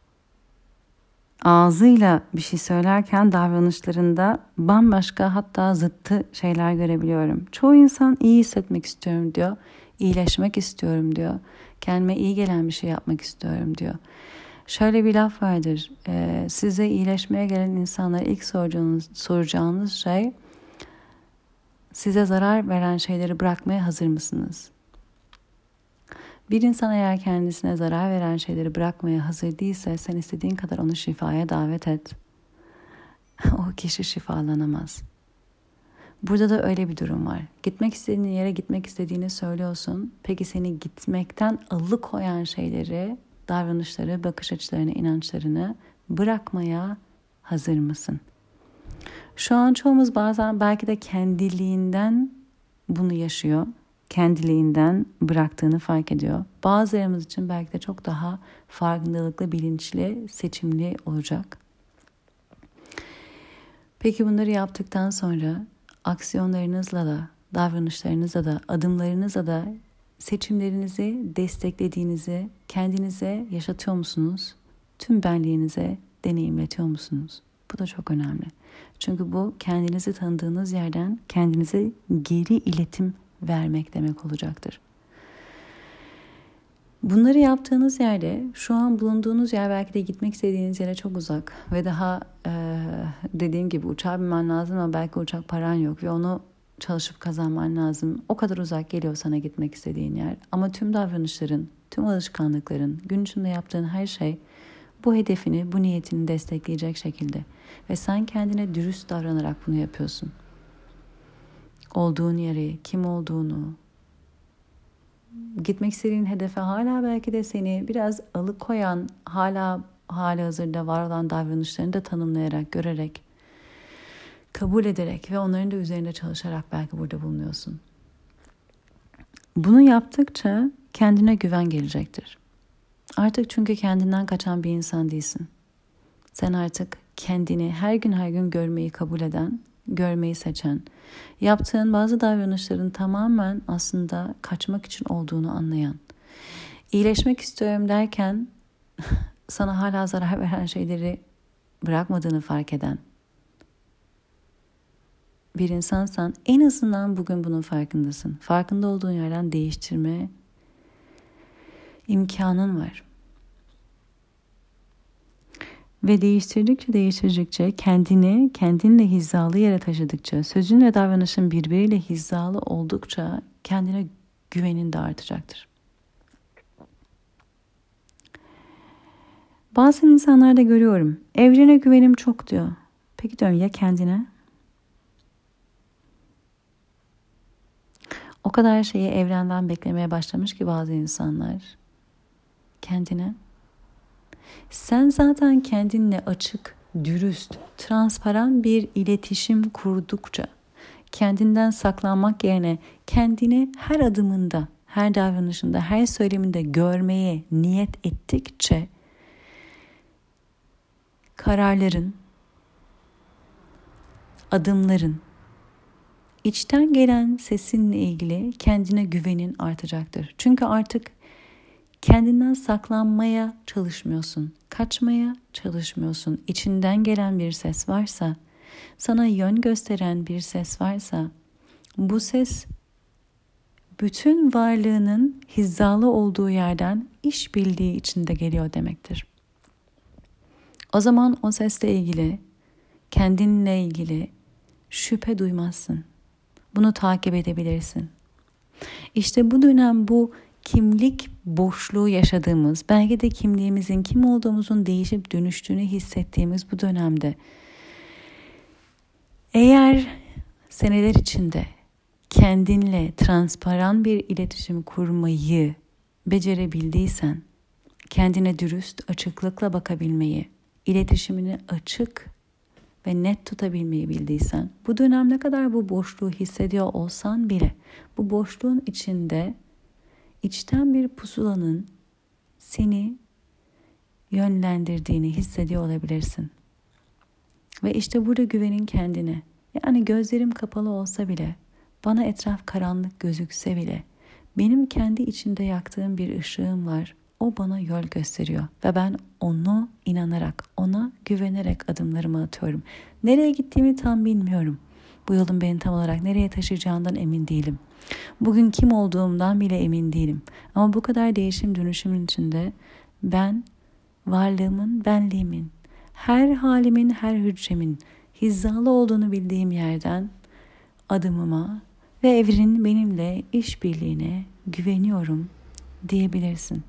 ağzıyla bir şey söylerken davranışlarında bambaşka hatta zıttı şeyler görebiliyorum. Çoğu insan iyi hissetmek istiyorum diyor, iyileşmek istiyorum diyor, kendime iyi gelen bir şey yapmak istiyorum diyor. Şöyle bir laf vardır, size iyileşmeye gelen insanlara ilk soracağınız şey, size zarar veren şeyleri bırakmaya hazır mısınız? Bir insan eğer kendisine zarar veren şeyleri bırakmaya hazır değilse sen istediğin kadar onu şifaya davet et. O kişi şifalanamaz. Burada da öyle bir durum var. Gitmek istediğin yere gitmek istediğini söylüyorsun. Peki seni gitmekten alıkoyan şeyleri, davranışları, bakış açılarını, inançlarını bırakmaya hazır mısın? Şu an çoğumuz bazen belki de kendiliğinden bunu yaşıyor. Kendiliğinden bıraktığını fark ediyor. Bazılarımız için belki de çok daha farkındalıklı, bilinçli, seçimli olacak. Peki bunları yaptıktan sonra aksiyonlarınızla da, davranışlarınızla da, adımlarınızla da seçimlerinizi desteklediğinizi kendinize yaşatıyor musunuz? Tüm benliğinize deneyimletiyor musunuz? Bu da çok önemli. Çünkü bu kendinizi tanıdığınız yerden kendinize geri iletim vermek demek olacaktır. Bunları yaptığınız yerde şu an bulunduğunuz yer belki de gitmek istediğiniz yere çok uzak ve daha dediğim gibi uçağa binmen lazım ama belki uçak paran yok ve onu çalışıp kazanman lazım. O kadar uzak geliyor sana gitmek istediğin yer ama tüm davranışların, tüm alışkanlıkların, gün içinde yaptığın her şey bu hedefini, bu niyetini destekleyecek şekilde ve sen kendine dürüst davranarak bunu yapıyorsun. Olduğun yeri, kim olduğunu, gitmek istediğin hedefe hala belki de seni biraz alıkoyan, hala hali hazırda var olan davranışlarını da tanımlayarak, görerek, kabul ederek ve onların da üzerinde çalışarak belki burada bulunuyorsun. Bunu yaptıkça kendine güven gelecektir. Artık çünkü kendinden kaçan bir insan değilsin. Sen artık kendini her gün görmeyi kabul eden, görmeyi seçen, yaptığın bazı davranışların tamamen aslında kaçmak için olduğunu anlayan, iyileşmek istiyorum derken sana hala zarar veren şeyleri bırakmadığını fark eden bir insansan en azından bugün bunun farkındasın. Farkında olduğun yerden değiştirme imkanın var. Ve değiştirdikçe kendinle hizalı yere taşıdıkça, sözün ve davranışın birbiriyle hizalı oldukça kendine güvenin de artacaktır. Bazı insanlarda görüyorum. Evrene güvenim çok diyor. Peki diyorum ya kendine? O kadar şeyi evrenden beklemeye başlamış ki bazı insanlar. Kendine. Sen zaten kendinle açık, dürüst, transparan bir iletişim kurdukça, kendinden saklanmak yerine kendini her adımında, her davranışında, her söyleminde görmeye niyet ettikçe, kararların, adımların, içten gelen sesinle ilgili kendine güvenin artacaktır. Çünkü artık kendinden saklanmaya çalışmıyorsun, kaçmaya çalışmıyorsun. İçinden gelen bir ses varsa, sana yön gösteren bir ses varsa, bu ses bütün varlığının hizalı olduğu yerden iş bildiği içinde geliyor demektir. O zaman o sesle ilgili, kendinle ilgili şüphe duymazsın. Bunu takip edebilirsin. İşte bu dönem bu kimlik boşluğu yaşadığımız, belki de kimliğimizin, kim olduğumuzun değişip dönüştüğünü hissettiğimiz bu dönemde eğer seneler içinde kendinle transparan bir iletişim kurmayı becerebildiysen, kendine dürüst, açıklıkla bakabilmeyi, iletişimini açık ve net tutabilmeyi bildiysen, bu dönem ne kadar bu boşluğu hissediyor olsan bile, bu boşluğun içinde içten bir pusulanın seni yönlendirdiğini hissediyor olabilirsin. Ve işte burada güvenin kendine. Yani gözlerim kapalı olsa bile, bana etraf karanlık gözükse bile, benim kendi içinde yaktığım bir ışığım var. O bana yol gösteriyor ve ben onu inanarak, ona güvenerek adımlarımı atıyorum. Nereye gittiğimi tam bilmiyorum. Bu yolun beni tam olarak nereye taşıyacağından emin değilim. Bugün kim olduğumdan bile emin değilim. Ama bu kadar değişim dönüşümün içinde ben varlığımın, benliğimin, her halimin, her hücremin hizalı olduğunu bildiğim yerden adımıma ve evrenin benimle işbirliğine güveniyorum diyebilirsin.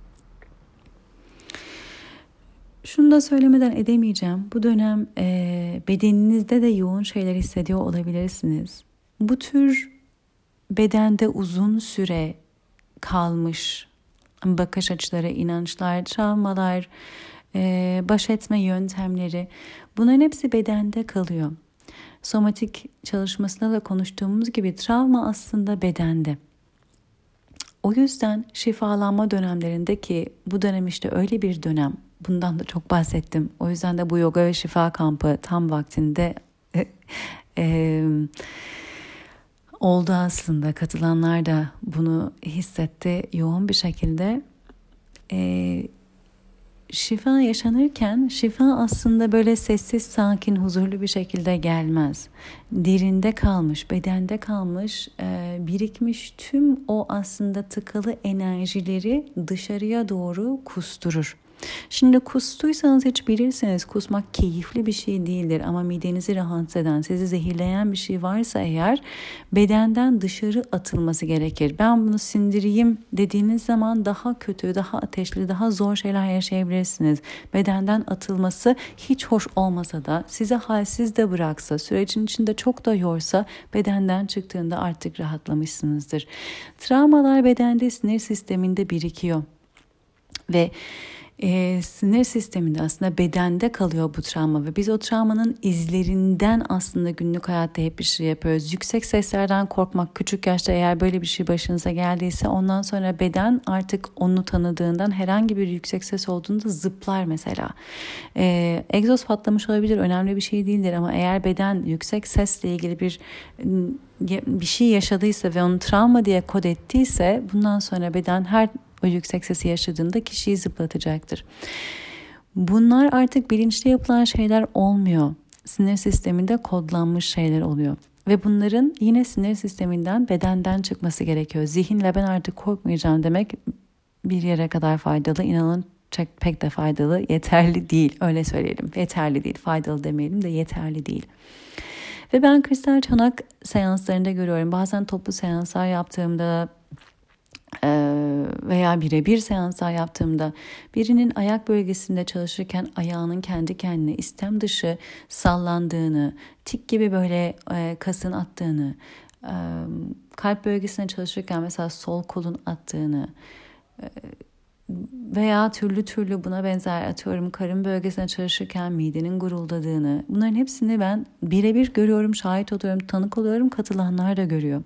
Şunu da söylemeden edemeyeceğim. Bu dönem bedeninizde de yoğun şeyler hissediyor olabilirsiniz. Bu tür bedende uzun süre kalmış bakış açıları, inançlar, travmalar, baş etme yöntemleri, bunların hepsi bedende kalıyor. Somatik çalışmasında da konuştuğumuz gibi travma aslında bedende. O yüzden şifalanma dönemlerindeki bu dönem işte öyle bir dönem. Bundan da çok bahsettim. O yüzden de bu yoga ve şifa kampı tam vaktinde oldu aslında. Katılanlar da bunu hissetti yoğun bir şekilde. Şifa yaşanırken şifa aslında böyle sessiz, sakin, huzurlu bir şekilde gelmez. Derinde kalmış, bedende kalmış, birikmiş tüm o aslında tıkalı enerjileri dışarıya doğru kusturur. Şimdi kustuysanız hiç bilirsiniz, kusmak keyifli bir şey değildir ama midenizi rahatsız eden, sizi zehirleyen bir şey varsa eğer bedenden dışarı atılması gerekir. Ben bunu sindireyim dediğiniz zaman daha kötü, daha ateşli, daha zor şeyler yaşayabilirsiniz. Bedenden atılması hiç hoş olmasa da, sizi halsiz de bıraksa, sürecin içinde çok da yorsa, bedenden çıktığında artık rahatlamışsınızdır. Travmalar bedende, sinir sisteminde birikiyor ve Sinir sisteminde aslında bedende kalıyor bu travma ve biz o travmanın izlerinden aslında günlük hayatta hep bir şey yapıyoruz. Yüksek seslerden korkmak, küçük yaşta eğer böyle bir şey başınıza geldiyse ondan sonra beden artık onu tanıdığından herhangi bir yüksek ses olduğunda zıplar mesela. Egzoz patlamış olabilir, önemli bir şey değildir ama eğer beden yüksek sesle ilgili bir şey yaşadıysa ve onu travma diye kod ettiyse bundan sonra beden her o yüksek sesi yaşadığında kişiyi zıplatacaktır. Bunlar artık bilinçli yapılan şeyler olmuyor. Sinir sisteminde kodlanmış şeyler oluyor. Ve bunların yine sinir sisteminden, bedenden çıkması gerekiyor. Zihinle ben artık korkmayacağım demek bir yere kadar faydalı. İnanın pek de faydalı, yeterli değil. Öyle söyleyelim. Yeterli değil. Faydalı demeyelim de yeterli değil. Ve ben kristal çanak seanslarında görüyorum. Bazen toplu seanslar yaptığımda veya birebir seanslar yaptığımda birinin ayak bölgesinde çalışırken ayağının kendi kendine istem dışı sallandığını, tik gibi böyle kasın attığını, kalp bölgesinde çalışırken mesela sol kolun attığını veya türlü buna benzer atıyorum karın bölgesine çalışırken midenin guruldadığını, bunların hepsini ben birebir görüyorum, şahit oluyorum, tanık oluyorum, katılanlar da görüyor.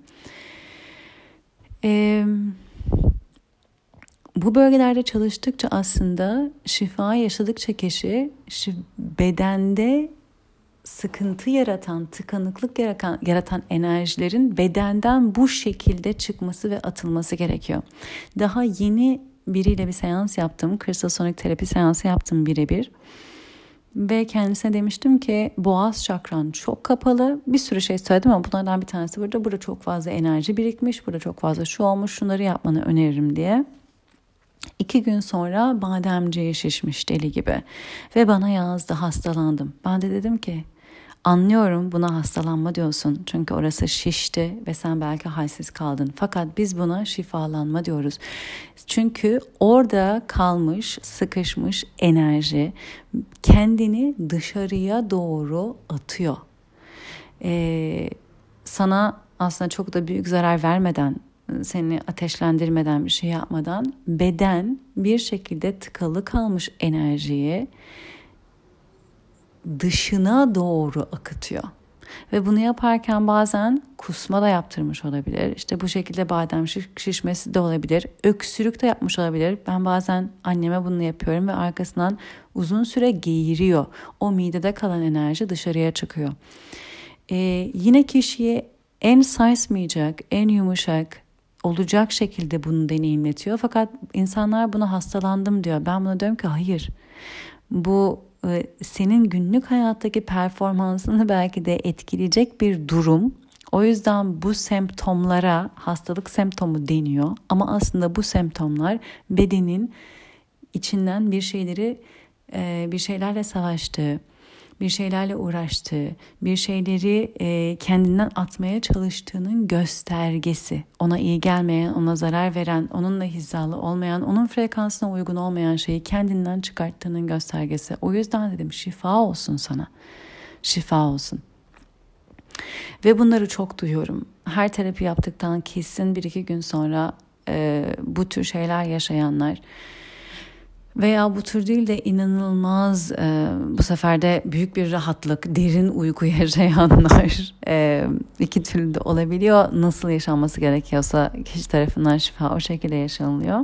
Bu bölgelerde çalıştıkça aslında şifa yaşadıkça kişi bedende sıkıntı yaratan, tıkanıklık yaratan enerjilerin bedenden bu şekilde çıkması ve atılması gerekiyor. Daha yeni biriyle bir seans yaptım. Kristal sonik terapi seansı yaptım birebir. Ve kendisine demiştim ki boğaz çakran çok kapalı. Bir sürü şey söyledim ama bunlardan bir tanesi burada çok fazla enerji birikmiş. Burada çok fazla şu olmuş, şunları yapmanı öneririm diye. 2 gün sonra bademciği şişmiş deli gibi. Ve bana yazdı, hastalandım. Ben de dedim ki anlıyorum buna hastalanma diyorsun. Çünkü orası şişti ve sen belki halsiz kaldın. Fakat biz buna şifalanma diyoruz. Çünkü orada kalmış, sıkışmış enerji kendini dışarıya doğru atıyor. Sana aslında çok da büyük zarar vermeden, seni ateşlendirmeden, bir şey yapmadan beden bir şekilde tıkalı kalmış enerjiyi dışına doğru akıtıyor. Ve bunu yaparken bazen kusma da yaptırmış olabilir. İşte bu şekilde badem şişmesi de olabilir. Öksürük de yapmış olabilir. Ben bazen anneme bunu yapıyorum ve arkasından uzun süre geğiriyor. O midede kalan enerji dışarıya çıkıyor. Yine kişiye en sarsmayacak, en yumuşak olacak şekilde bunu deneyimletiyor. Fakat insanlar buna hastalandım diyor. Ben buna diyorum ki hayır. Bu senin günlük hayattaki performansını belki de etkileyecek bir durum. O yüzden bu semptomlara hastalık semptomu deniyor. Ama aslında bu semptomlar bedenin içinden bir şeylerle savaştığı, bir şeylerle uğraştığı, bir şeyleri kendinden atmaya çalıştığının göstergesi. Ona iyi gelmeyen, ona zarar veren, onunla hizalı olmayan, onun frekansına uygun olmayan şeyi kendinden çıkarttığının göstergesi. O yüzden dedim şifa olsun sana. Şifa olsun. Ve bunları çok duyuyorum. Her terapi yaptıktan kesin 1-2 gün sonra bu tür şeyler yaşayanlar veya bu tür değil de inanılmaz bu sefer de büyük bir rahatlık, derin uyku yaşayanlar 2 türlü de olabiliyor. Nasıl yaşanması gerekiyorsa kişi tarafından şifa o şekilde yaşanılıyor.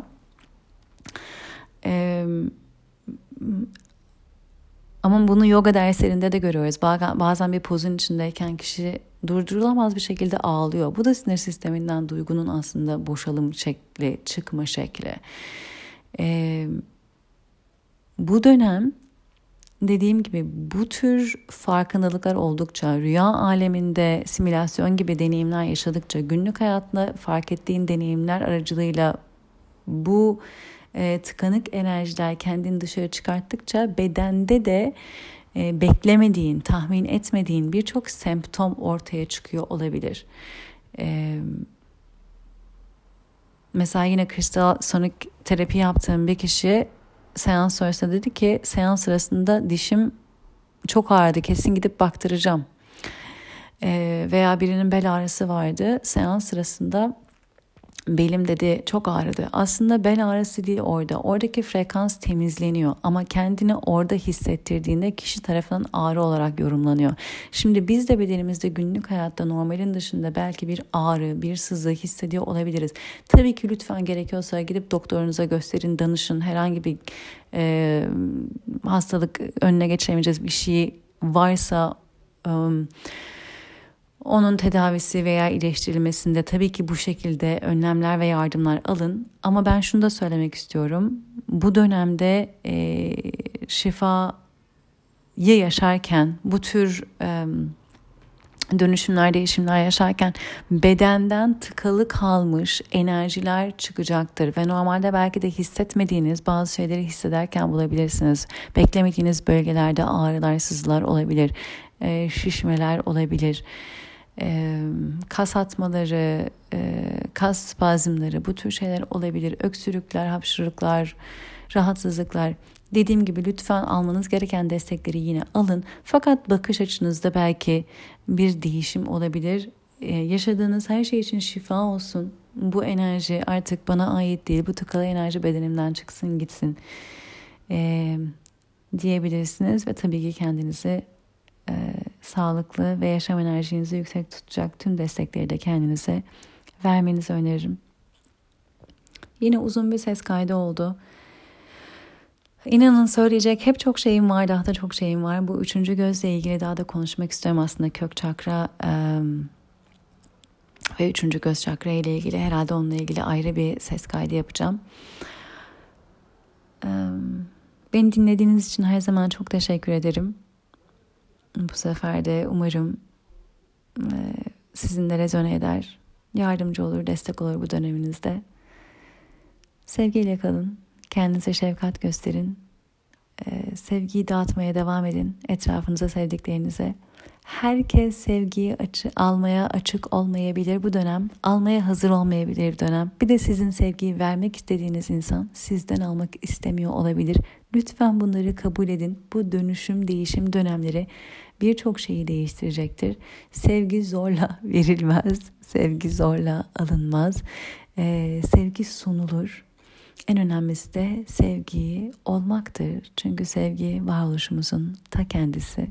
Ama bunu yoga derslerinde de görüyoruz. Bazen bir pozun içindeyken kişi durdurulamaz bir şekilde ağlıyor. Bu da sinir sisteminden duygunun aslında boşalım şekli, çıkma şekli. Bu dönem dediğim gibi bu tür farkındalıklar oldukça, rüya aleminde simülasyon gibi deneyimler yaşadıkça, günlük hayatında fark ettiğin deneyimler aracılığıyla bu tıkanık enerjiler kendini dışarı çıkarttıkça bedende de beklemediğin, tahmin etmediğin birçok semptom ortaya çıkıyor olabilir. Mesela yine kristal sonik terapi yaptığım bir kişi seans sonrasında dedi ki seans sırasında dişim çok ağrıdı, kesin gidip baktıracağım. Veya birinin bel ağrısı vardı. Seans sırasında Belim dedi çok ağrıdı. Aslında bel ağrısı değil orada. Oradaki frekans temizleniyor ama kendini orada hissettirdiğinde kişi tarafından ağrı olarak yorumlanıyor. Şimdi biz de bedenimizde günlük hayatta normalin dışında belki bir ağrı, bir sızı hissediyor olabiliriz. Tabii ki lütfen gerekiyorsa gidip doktorunuza gösterin, danışın. Herhangi bir hastalık, önüne geçemeyeceğiz bir şey varsa onun tedavisi veya iyileştirilmesinde tabii ki bu şekilde önlemler ve yardımlar alın. Ama ben şunu da söylemek istiyorum. Bu dönemde şifayı yaşarken, bu tür dönüşümler, değişimler yaşarken bedenden tıkalı kalmış enerjiler çıkacaktır. Ve normalde belki de hissetmediğiniz bazı şeyleri hissederken bulabilirsiniz. Beklemediğiniz bölgelerde ağrılar, sızılar olabilir, şişmeler olabilir. Kas atmaları, kas spazmları, bu tür şeyler olabilir. Öksürükler, hapşırıklar, rahatsızlıklar. Dediğim gibi lütfen almanız gereken destekleri yine alın. Fakat bakış açınızda belki bir değişim olabilir. Yaşadığınız her şey için şifa olsun. Bu enerji artık bana ait değil. Bu tıkalı enerji bedenimden çıksın gitsin diyebilirsiniz. Ve tabii ki kendinizi sağlıklı ve yaşam enerjinizi yüksek tutacak tüm destekleri de kendinize vermenizi öneririm. Yine uzun bir ses kaydı oldu. İnanın söyleyecek hep çok şeyim var, daha da çok şeyim var. Bu 3. gözle ilgili daha da konuşmak istiyorum aslında. Kök çakra ve 3. göz çakra ile ilgili, herhalde onunla ilgili ayrı bir ses kaydı yapacağım. Beni dinlediğiniz için her zaman çok teşekkür ederim. Bu sefer de umarım sizinle rezone eder, yardımcı olur, destek olur bu döneminizde. Sevgiyle kalın, kendinize şefkat gösterin, sevgiyi dağıtmaya devam edin etrafınıza, sevdiklerinize. Herkes sevgiyi almaya açık olmayabilir bu dönem, almaya hazır olmayabilir bu dönem. Bir de sizin sevgiyi vermek istediğiniz insan sizden almak istemiyor olabilir. Lütfen bunları kabul edin. Bu dönüşüm, değişim dönemleri birçok şeyi değiştirecektir. Sevgi zorla verilmez, sevgi zorla alınmaz. Sevgi sunulur. En önemlisi de sevgi olmaktır. Çünkü sevgi varoluşumuzun ta kendisi.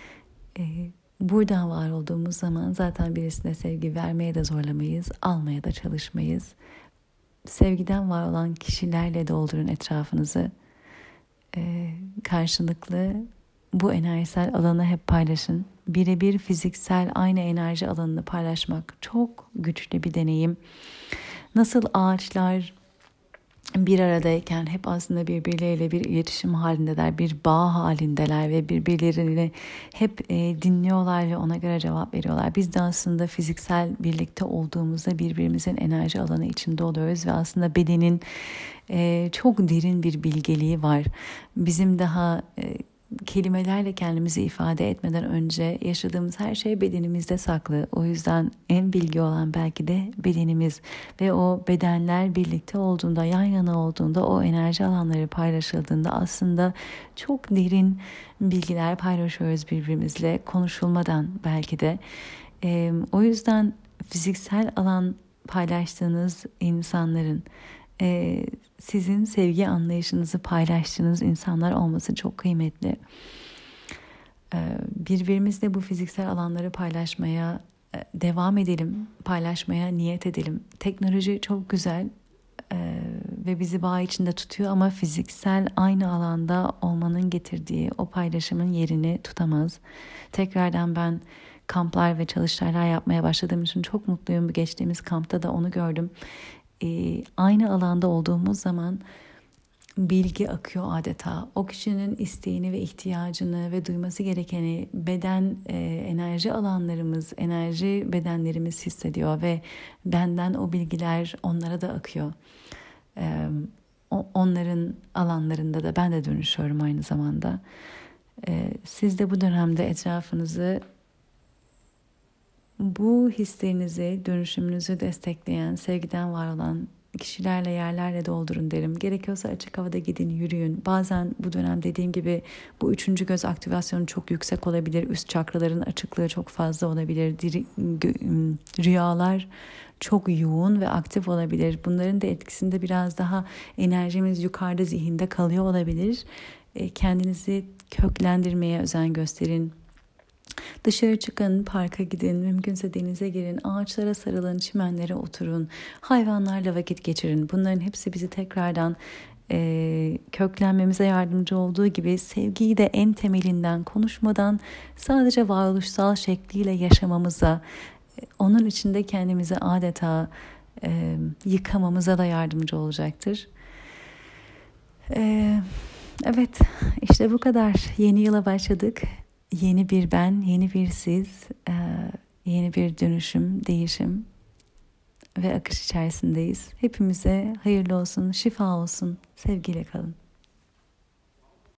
Buradan var olduğumuz zaman zaten birisine sevgi vermeye de zorlamayız, almaya da çalışmayız. Sevgiden var olan kişilerle doldurun etrafınızı. Karşılıklı bu enerjisel alanı hep paylaşın. Birebir fiziksel aynı enerji alanını paylaşmak çok güçlü bir deneyim. Nasıl ağaçlar bir aradayken hep aslında birbirleriyle bir iletişim halindeler, bir bağ halindeler ve birbirlerini hep dinliyorlar ve ona göre cevap veriyorlar. Biz de aslında fiziksel birlikte olduğumuzda birbirimizin enerji alanı içinde oluyoruz ve aslında bedenin çok derin bir bilgeliği var. Bizim daha kelimelerle kendimizi ifade etmeden önce yaşadığımız her şey bedenimizde saklı. O yüzden en bilgi olan belki de bedenimiz ve o bedenler birlikte olduğunda, yan yana olduğunda, o enerji alanları paylaşıldığında aslında çok derin bilgiler paylaşıyoruz birbirimizle, konuşulmadan belki de. O yüzden fiziksel alan paylaştığınız insanların sizin sevgi anlayışınızı paylaştığınız insanlar olması çok kıymetli. Birbirimizle bu fiziksel alanları paylaşmaya devam edelim, paylaşmaya niyet edelim. Teknoloji çok güzel ve bizi bağ içinde tutuyor ama fiziksel aynı alanda olmanın getirdiği o paylaşımın yerini tutamaz. Tekrardan ben kamplar ve çalıştaylar yapmaya başladığım için çok mutluyum. Geçtiğimiz kampta da onu gördüm. Aynı alanda olduğumuz zaman bilgi akıyor adeta. O kişinin isteğini ve ihtiyacını ve duyması gerekeni beden, enerji alanlarımız, enerji bedenlerimiz hissediyor ve benden o bilgiler onlara da akıyor. Onların alanlarında da ben de dönüşüyorum aynı zamanda. Siz de bu dönemde etrafınızı bu hislerinizi, dönüşümünüzü destekleyen, sevgiden var olan kişilerle, yerlerle doldurun derim. Gerekiyorsa açık havada gidin, yürüyün. Bazen bu dönem dediğim gibi bu 3. göz aktivasyonu çok yüksek olabilir. Üst çakraların açıklığı çok fazla olabilir. Rüyalar çok yoğun ve aktif olabilir. Bunların da etkisinde biraz daha enerjimiz yukarıda, zihinde kalıyor olabilir. Kendinizi köklendirmeye özen gösterin. Dışarı çıkın, parka gidin, mümkünse denize girin, ağaçlara sarılın, çimenlere oturun, hayvanlarla vakit geçirin. Bunların hepsi bizi tekrardan köklenmemize yardımcı olduğu gibi sevgiyi de en temelinden, konuşmadan sadece varoluşsal şekliyle yaşamamıza, onun içinde kendimizi adeta yıkamamıza da yardımcı olacaktır. Evet, işte bu kadar. Yeni yıla başladık. Yeni bir ben, yeni bir siz, yeni bir dönüşüm, değişim ve akış içerisindeyiz. Hepimize hayırlı olsun, şifa olsun, sevgiyle kalın.